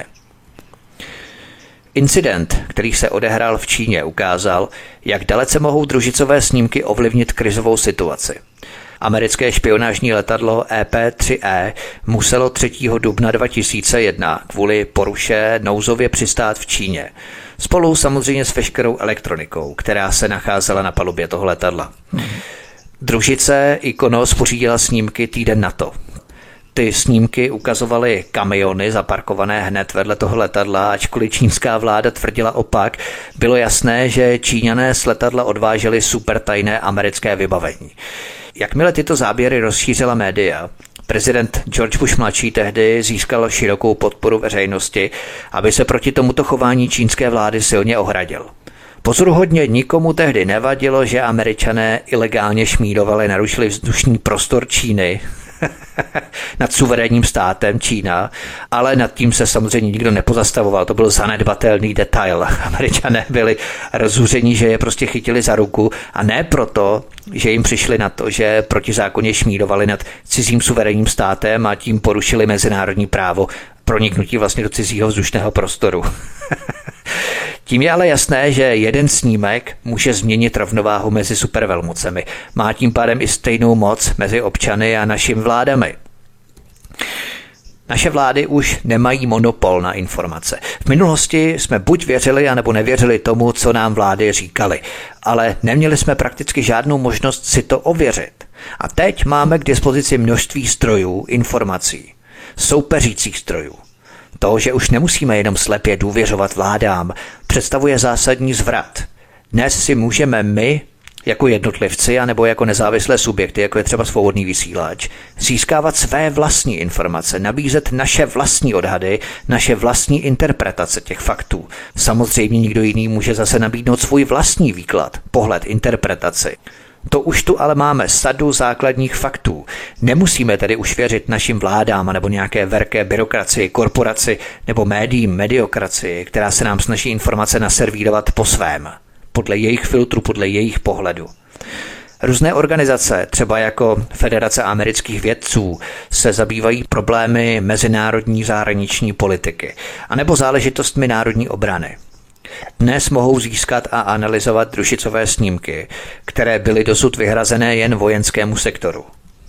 S1: Incident, který se odehrál v Číně, ukázal, jak dalece mohou družicové snímky ovlivnit krizovou situaci. Americké špionážní letadlo EP-3E muselo 3. dubna 2001 kvůli poruše nouzově přistát v Číně. Spolu samozřejmě s veškerou elektronikou, která se nacházela na palubě toho letadla. Družice Iconos pořídila snímky týden na to. Ty snímky ukazovaly kamiony zaparkované hned vedle toho letadla, ačkoliv čínská vláda tvrdila opak, bylo jasné, že Číňané z letadla odváželi supertajné americké vybavení. Jakmile tyto záběry rozšířila média, prezident George Bush mladší tehdy získal širokou podporu veřejnosti, aby se proti tomuto chování čínské vlády silně ohradil. Pozoruhodně nikomu tehdy nevadilo, že Američané ilegálně šmírovali, narušili vzdušný prostor Číny nad suverénním státem Čína, ale nad tím se samozřejmě nikdo nepozastavoval, to byl zanedbatelný detail. Američané byli rozzuření, že je prostě chytili za ruku a ne proto, že jim přišli na to, že protizákonně šmírovali nad cizím suverénním státem a tím porušili mezinárodní právo proniknutí vlastně do cizího vzdušného prostoru. Tím je ale jasné, že jeden snímek může změnit rovnováhu mezi supervelmocemi. Má tím pádem i stejnou moc mezi občany a našimi vládami. Naše vlády už nemají monopol na informace. V minulosti jsme buď věřili, anebo nevěřili tomu, co nám vlády říkali, ale neměli jsme prakticky žádnou možnost si to ověřit. A teď máme k dispozici množství strojů, informací, soupeřících strojů. To, že už nemusíme jenom slepě důvěřovat vládám, představuje zásadní zvrat. Dnes si můžeme my, jako jednotlivci anebo jako nezávislé subjekty, jako je třeba Svobodný vysílač, získávat své vlastní informace, nabízet naše vlastní odhady, naše vlastní interpretace těch faktů. Samozřejmě nikdo jiný může zase nabídnout svůj vlastní výklad, pohled, interpretaci. To už tu ale máme sadu základních faktů. Nemusíme tedy už věřit našim vládám nebo nějaké velké byrokracii, korporaci nebo médiím, mediokracii, která se nám snaží informace naservírovat po svém, podle jejich filtru, podle jejich pohledu. Různé organizace, třeba jako Federace amerických vědců, se zabývají problémy mezinárodní zahraniční politiky anebo záležitostmi národní obrany. Dnes mohou získat a analyzovat družicové snímky, které byly dosud vyhrazené jen vojenskému sektoru.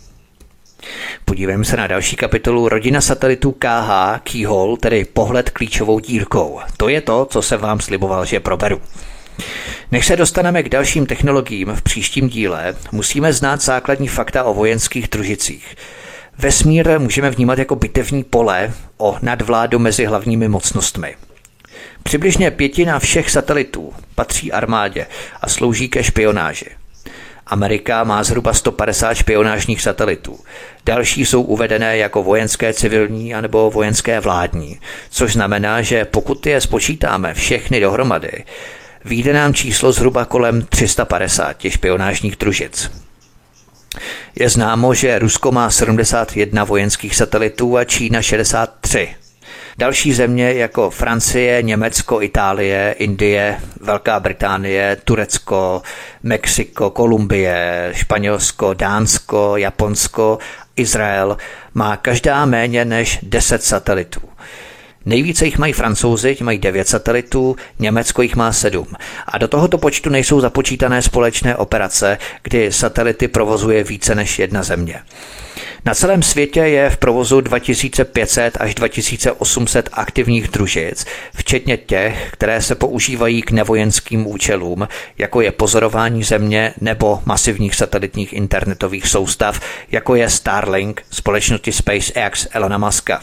S1: Podívejme se na další kapitolu Rodina satelitů KH, Keyhole, tedy pohled klíčovou dírkou. To je to, co jsem vám sliboval, že proberu. Než se dostaneme k dalším technologiím v příštím díle, musíme znát základní fakta o vojenských družicích. Vesmír můžeme vnímat jako bitevní pole o nadvládu mezi hlavními mocnostmi. Přibližně 1/5 všech satelitů patří armádě a slouží ke špionáži. Amerika má zhruba 150 špionážních satelitů. Další jsou uvedené jako vojenské civilní anebo vojenské vládní, což znamená, že pokud je spočítáme všechny dohromady, vyjde nám číslo zhruba kolem 350 špionážních družic. Je známo, že Rusko má 71 vojenských satelitů a Čína 63. Další země jako Francie, Německo, Itálie, Indie, Velká Británie, Turecko, Mexiko, Kolumbie, Španělsko, Dánsko, Japonsko, Izrael má každá méně než 10 satelitů. Nejvíce jich mají Francouzi, ti mají 9 satelitů, Německo jich má 7. A do tohoto počtu nejsou započítané společné operace, kdy satelity provozuje více než jedna země. Na celém světě je v provozu 2500 až 2800 aktivních družic, včetně těch, které se používají k nevojenským účelům, jako je pozorování země nebo masivních satelitních internetových soustav, jako je Starlink společnosti SpaceX Elona Muska.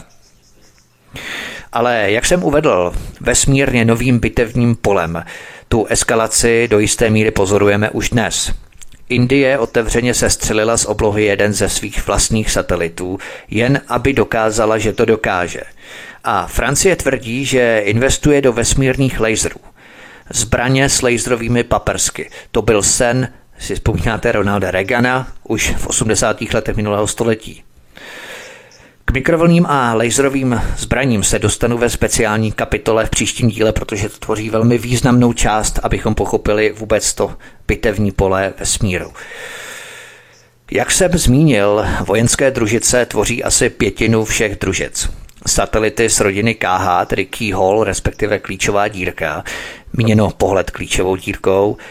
S1: Ale jak jsem uvedl, vesmír je novým bitevním polem. Tu eskalaci do jisté míry pozorujeme už dnes. Indie otevřeně sestřelila z oblohy jeden ze svých vlastních satelitů, jen aby dokázala, že to dokáže. A Francie tvrdí, že investuje do vesmírných laserů. Zbraně s laserovými paprsky. To byl sen, si vzpomínáte, Ronalda Reagana už v 80. letech minulého století. K mikrovlnným a laserovým zbraním se dostanu ve speciální kapitole v příštím díle, protože to tvoří velmi významnou část, abychom pochopili vůbec to bitevní pole vesmíru. Jak jsem zmínil, vojenské družice tvoří asi 1/5 všech družic. Satelity z rodiny KH, tedy Keyhole, respektive klíčová dírka, míněno pohled klíčovou dírkou,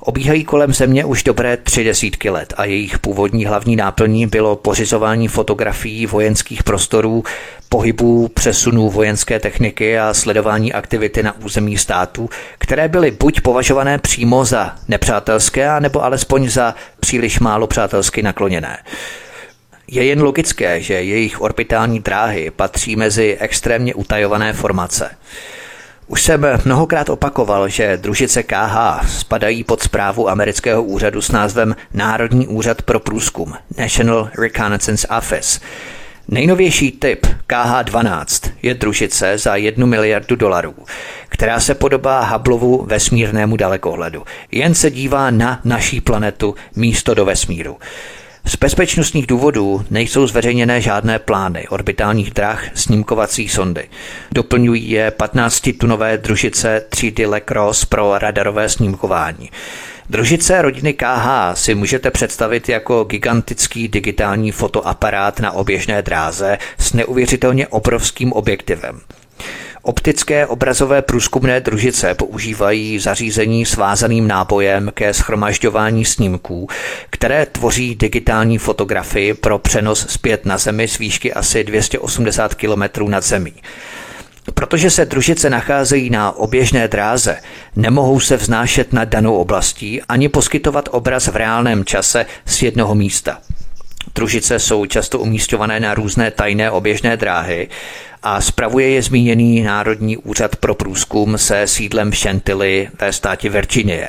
S1: Obíhají kolem Země už dobré 30 let a jejich původní hlavní náplní bylo pořizování fotografií vojenských prostorů, pohybů, přesunů vojenské techniky a sledování aktivity na území států, které byly buď považované přímo za nepřátelské, nebo alespoň za příliš málo přátelsky nakloněné. Je jen logické, že jejich orbitální dráhy patří mezi extrémně utajované formace. Už jsem mnohokrát opakoval, že družice KH spadají pod správu amerického úřadu s názvem Národní úřad pro průzkum National Reconnaissance Office. Nejnovější typ KH-12 je družice za $1 miliardu, která se podobá Hubbleovu vesmírnému dalekohledu. Jen se dívá na naší planetu místo do vesmíru. Z bezpečnostních důvodů nejsou zveřejněné žádné plány orbitálních drah snímkovací sondy. Doplňují je 15-tunové družice třídy LaCrosse pro radarové snímkování. Družice rodiny KH si můžete představit jako gigantický digitální fotoaparát na oběžné dráze s neuvěřitelně obrovským objektivem. Optické obrazové průzkumné družice používají zařízení s vázaným nábojem ke shromažďování snímků, které tvoří digitální fotografii pro přenos zpět na Zemi z výšky asi 280 km nad zemí. Protože se družice nacházejí na oběžné dráze, nemohou se vznášet nad danou oblastí ani poskytovat obraz v reálném čase z jednoho místa. Družice jsou často umísťované na různé tajné oběžné dráhy a spravuje je zmíněný Národní úřad pro průzkum se sídlem v Chantilly ve státě Virginie.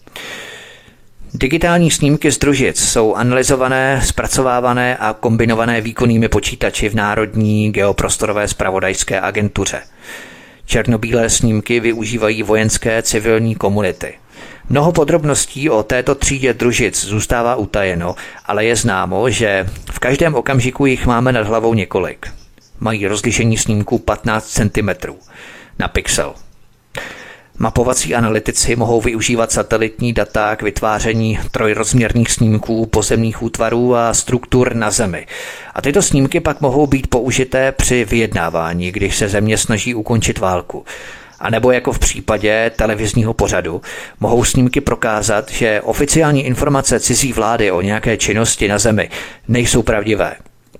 S1: Digitální snímky z družic jsou analyzované, zpracovávané a kombinované výkonnými počítači v Národní geoprostorové zpravodajské agentuře. Černobílé snímky využívají vojenské civilní komunity. Mnoho podrobností o této třídě družic zůstává utajeno, ale je známo, že v každém okamžiku jich máme nad hlavou několik. Mají rozlišení snímků 15 cm na pixel. Mapovací analytici mohou využívat satelitní data k vytváření trojrozměrných snímků pozemních útvarů a struktur na Zemi. A tyto snímky pak mohou být použité při vyjednávání, když se Země snaží ukončit válku. A nebo jako v případě televizního pořadu, mohou snímky prokázat, že oficiální informace cizí vlády o nějaké činnosti na Zemi nejsou pravdivé.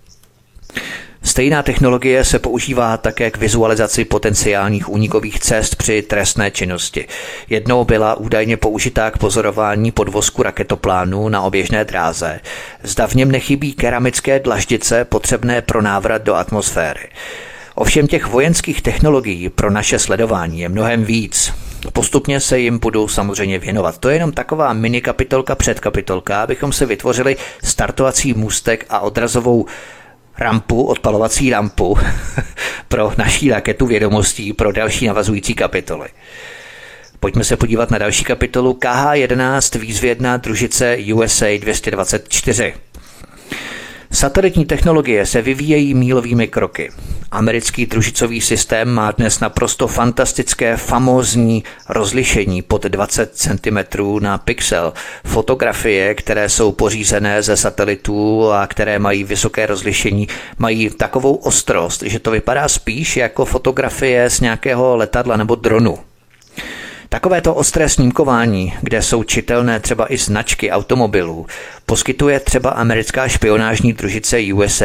S1: Stejná technologie se používá také k vizualizaci potenciálních únikových cest při trestné činnosti. Jednou byla údajně použitá k pozorování podvozku raketoplánu na oběžné dráze. Zda v něm nechybí keramické dlaždice potřebné pro návrat do atmosféry. Ovšem těch vojenských technologií pro naše sledování je mnohem víc. Postupně se jim budou samozřejmě věnovat. To je jenom taková mini kapitolka před kapitolka, abychom si vytvořili startovací můstek a odrazovou rampu, odpalovací rampu pro naší raketu vědomostí pro další navazující kapitoly. Pojďme se podívat na další kapitolu KH-11 výzvědná družice USA 224. Satelitní technologie se vyvíjejí mílovými kroky. Americký družicový systém má dnes naprosto fantastické, famózní rozlišení pod 20 cm na pixel. Fotografie, které jsou pořízené ze satelitů a které mají vysoké rozlišení, mají takovou ostrost, že to vypadá spíš jako fotografie z nějakého letadla nebo dronu. Takovéto ostré snímkování, kde jsou čitelné třeba i značky automobilů, poskytuje třeba americká špionážní družice USA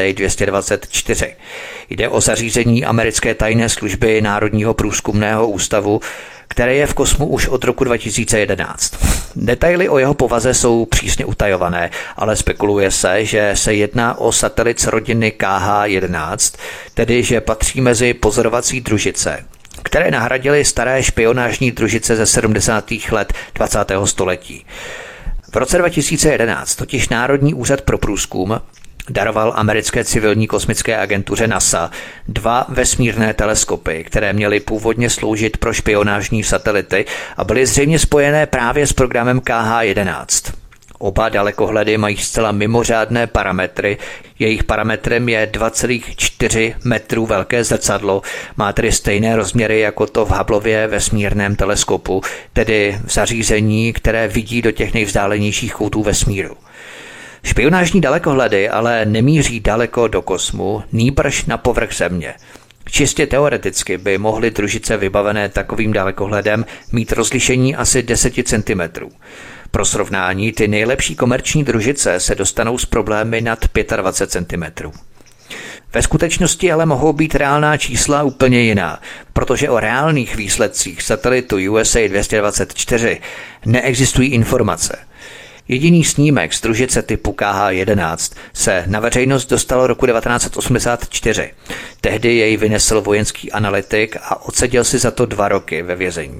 S1: 224. Jde o zařízení americké tajné služby Národního průzkumného ústavu, které je v kosmu už od roku 2011. Detaily o jeho povaze jsou přísně utajované, ale spekuluje se, že se jedná o satelit z rodiny KH-11, tedy že patří mezi pozorovací družice, které nahradily staré špionážní družice ze 70. let 20. století. V roce 2011 totiž Národní úřad pro průzkum daroval americké civilní kosmické agentuře NASA 2 vesmírné teleskopy, které měly původně sloužit pro špionážní satelity a byly zřejmě spojené právě s programem KH-11. Oba dalekohledy mají zcela mimořádné parametry. Jejich parametrem je 2,4 metrů velké zrcadlo, má tedy stejné rozměry jako to v Hubbleově vesmírném teleskopu, tedy v zařízení, které vidí do těch nejvzdálenějších koutů vesmíru. Špionážní dalekohledy ale nemíří daleko do kosmu, nýbrž na povrch Země. Čistě teoreticky by mohly družice vybavené takovým dalekohledem mít rozlišení asi 10 cm. Pro srovnání, ty nejlepší komerční družice se dostanou s problémy nad 25 cm. Ve skutečnosti ale mohou být reálná čísla úplně jiná, protože o reálných výsledcích satelitu USA 224 neexistují informace. Jediný snímek z družice typu KH-11 se na veřejnost dostal roku 1984. Tehdy jej vynesl vojenský analytik a odseděl si za to 2 roky ve vězení.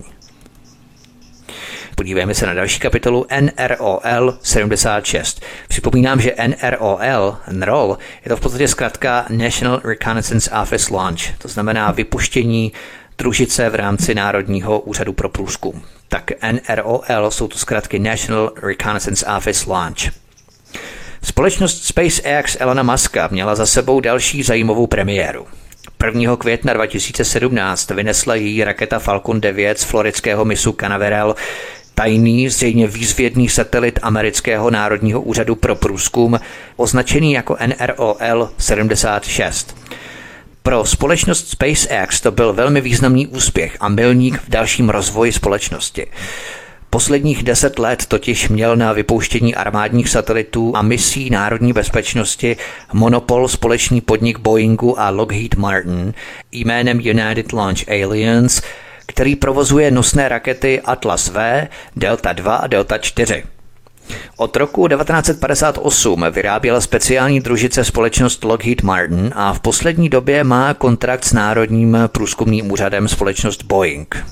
S1: Podívejme se na další kapitolu NROL 76. Připomínám, že NROL je to v podstatě zkratka National Reconnaissance Office Launch, to znamená vypuštění družice v rámci Národního úřadu pro průzkum. Tak NROL jsou to zkratky National Reconnaissance Office Launch. Společnost SpaceX Elona Muska měla za sebou další zajímavou premiéru. 1. května 2017 vynesla její raketa Falcon 9 z floridského mysu Canaveral tajný, zřejmě výzvědný satelit amerického národního úřadu pro průzkum, označený jako NROL 76. Pro společnost SpaceX to byl velmi významný úspěch a milník v dalším rozvoji společnosti. Posledních 10 let totiž měl na vypouštění armádních satelitů a misí národní bezpečnosti monopol společný podnik Boeingu a Lockheed Martin jménem United Launch Alliance, který provozuje nosné rakety Atlas V, Delta II a Delta IV. Od roku 1958 vyráběla speciální družice společnost Lockheed Martin a v poslední době má kontrakt s Národním průzkumným úřadem společnost Boeing.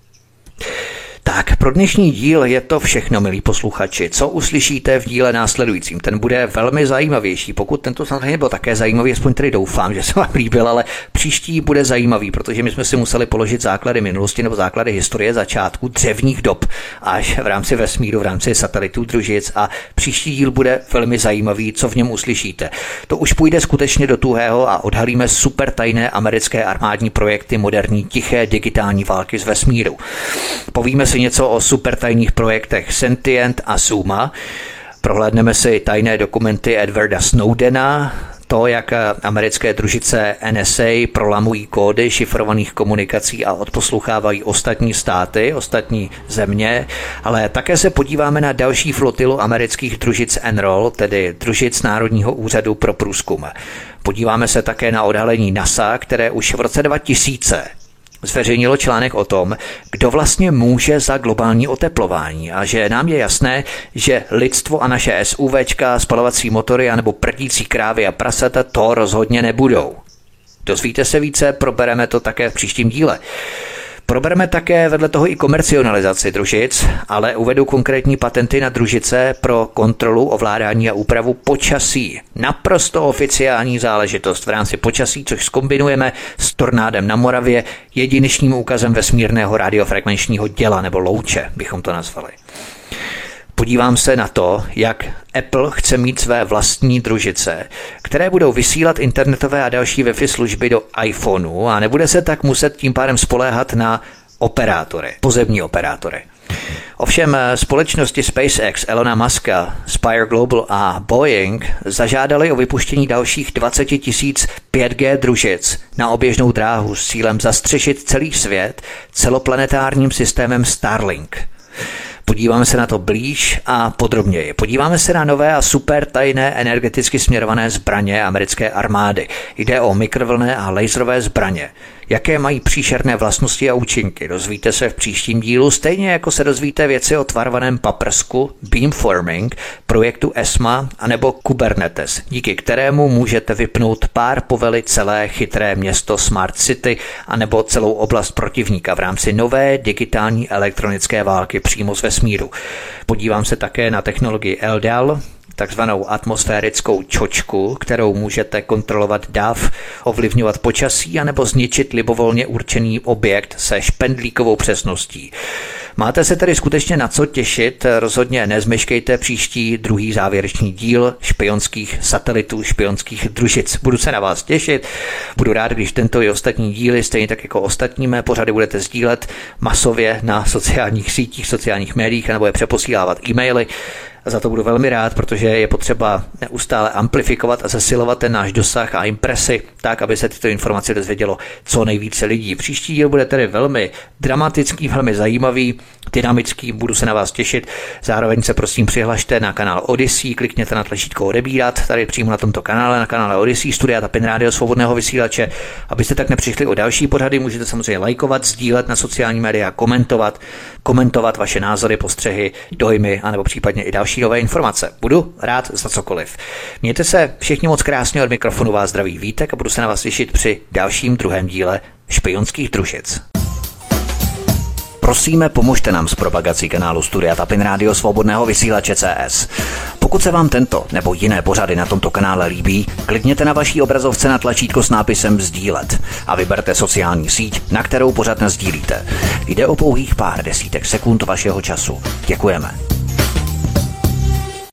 S1: Tak, pro dnešní díl je to všechno, milí posluchači. Co uslyšíte v díle následujícím? Ten bude velmi zajímavější. Pokud tento samozřejmě byl také zajímavý, aspoň tedy doufám, že se vám líbil, ale příští bude zajímavý, protože my jsme si museli položit základy minulosti nebo základy historie začátku dřevních dob až v rámci vesmíru, v rámci satelitů, družic a příští díl bude velmi zajímavý, co v něm uslyšíte. To už půjde skutečně do tuhého a odhalíme super tajné americké armádní projekty moderní tiché digitální války z vesmíru. Povíme si něco o supertajných projektech Sentient a Suma. Prohlédneme si tajné dokumenty Edwarda Snowdena, to, jak americké družice NSA prolamují kódy šifrovaných komunikací a odposlouchávají ostatní státy, ostatní země, ale také se podíváme na další flotilu amerických družic NROL, tedy družic Národního úřadu pro průzkum. Podíváme se také na odhalení NASA, které už v roce 2000 zveřejnilo článek o tom, kdo vlastně může za globální oteplování a že nám je jasné, že lidstvo a naše SUVčka, spalovací motory anebo prdící krávy a prasata to rozhodně nebudou. Dozvíte se více, probereme to také v příštím díle. Probereme také vedle toho i komercionalizaci družic, ale uvedu konkrétní patenty na družice pro kontrolu, ovládání a úpravu počasí. Naprosto oficiální záležitost v rámci počasí, což zkombinujeme s tornádem na Moravě, jedinečným úkazem vesmírného radiofrekvenčního děla nebo louče, bychom to nazvali. Podívám se na to, jak Apple chce mít své vlastní družice, které budou vysílat internetové a další Wi-Fi služby do iPhoneu a nebude se tak muset tím pádem spoléhat na operátory, pozemní operátory. Ovšem společnosti SpaceX, Elona Muska, Spire Global a Boeing zažádali o vypuštění dalších 20 000 5G družic na oběžnou dráhu s cílem zastřešit celý svět celoplanetárním systémem Starlink. Podíváme se na to blíž a podrobněji. Podíváme se na nové a super tajné energeticky směrované zbraně americké armády. Jde o mikrovlnné a laserové zbraně. Jaké mají příšerné vlastnosti a účinky, dozvíte se v příštím dílu, stejně jako se dozvíte věci o tvarovaném paprsku, beamforming, projektu ESMA anebo Kubernetes, díky kterému můžete vypnout pár povely celé chytré město Smart City anebo celou oblast protivníka v rámci nové digitální elektronické války přímo z vesmíru. Podívám se také na technologii LDAL, takzvanou atmosférickou čočku, kterou můžete kontrolovat dav, ovlivňovat počasí anebo zničit libovolně určený objekt se špendlíkovou přesností. Máte se tedy skutečně na co těšit, rozhodně nezmeškejte příští druhý závěrečný díl špionských satelitů, špionských družic. Budu se na vás těšit, budu rád, když tento i ostatní díly, stejně tak jako ostatní mé pořady budete sdílet masově na sociálních sítích, sociálních médiích, anebo je přeposílávat e-maily. Za to budu velmi rád, protože je potřeba neustále amplifikovat a zesilovat ten náš dosah a impresy tak, aby se tyto informace dozvědělo co nejvíce lidí. Příští díl bude tedy velmi dramatický, velmi zajímavý, dynamický, budu se na vás těšit. Zároveň se prosím přihlašte na kanál Odyssey, klikněte na tlačítko odebírat, tady přímo na tomto kanále, na kanále Odyssey, Studia Tapin Rádio Svobodného vysílače. Abyste tak nepřišli o další pořady, můžete samozřejmě lajkovat, sdílet na sociální média, komentovat vaše názory, postřehy, dojmy, anebo případně i další nové informace. Budu rád za cokoliv. Mějte se všichni moc krásně, od mikrofonu vás zdraví Vítek a budu se na vás těšit při dalším druhém díle Špionských družic. Prosíme, pomožte nám s propagací kanálu Studia Tapin Rádio Svobodného vysílače CS. Pokud se vám tento nebo jiné pořady na tomto kanále líbí, klikněte na vaší obrazovce na tlačítko s nápisem sdílet a vyberte sociální síť, na kterou pořad nasdílíte. Jde o pouhých pár desítek sekund vašeho času. Děkujeme.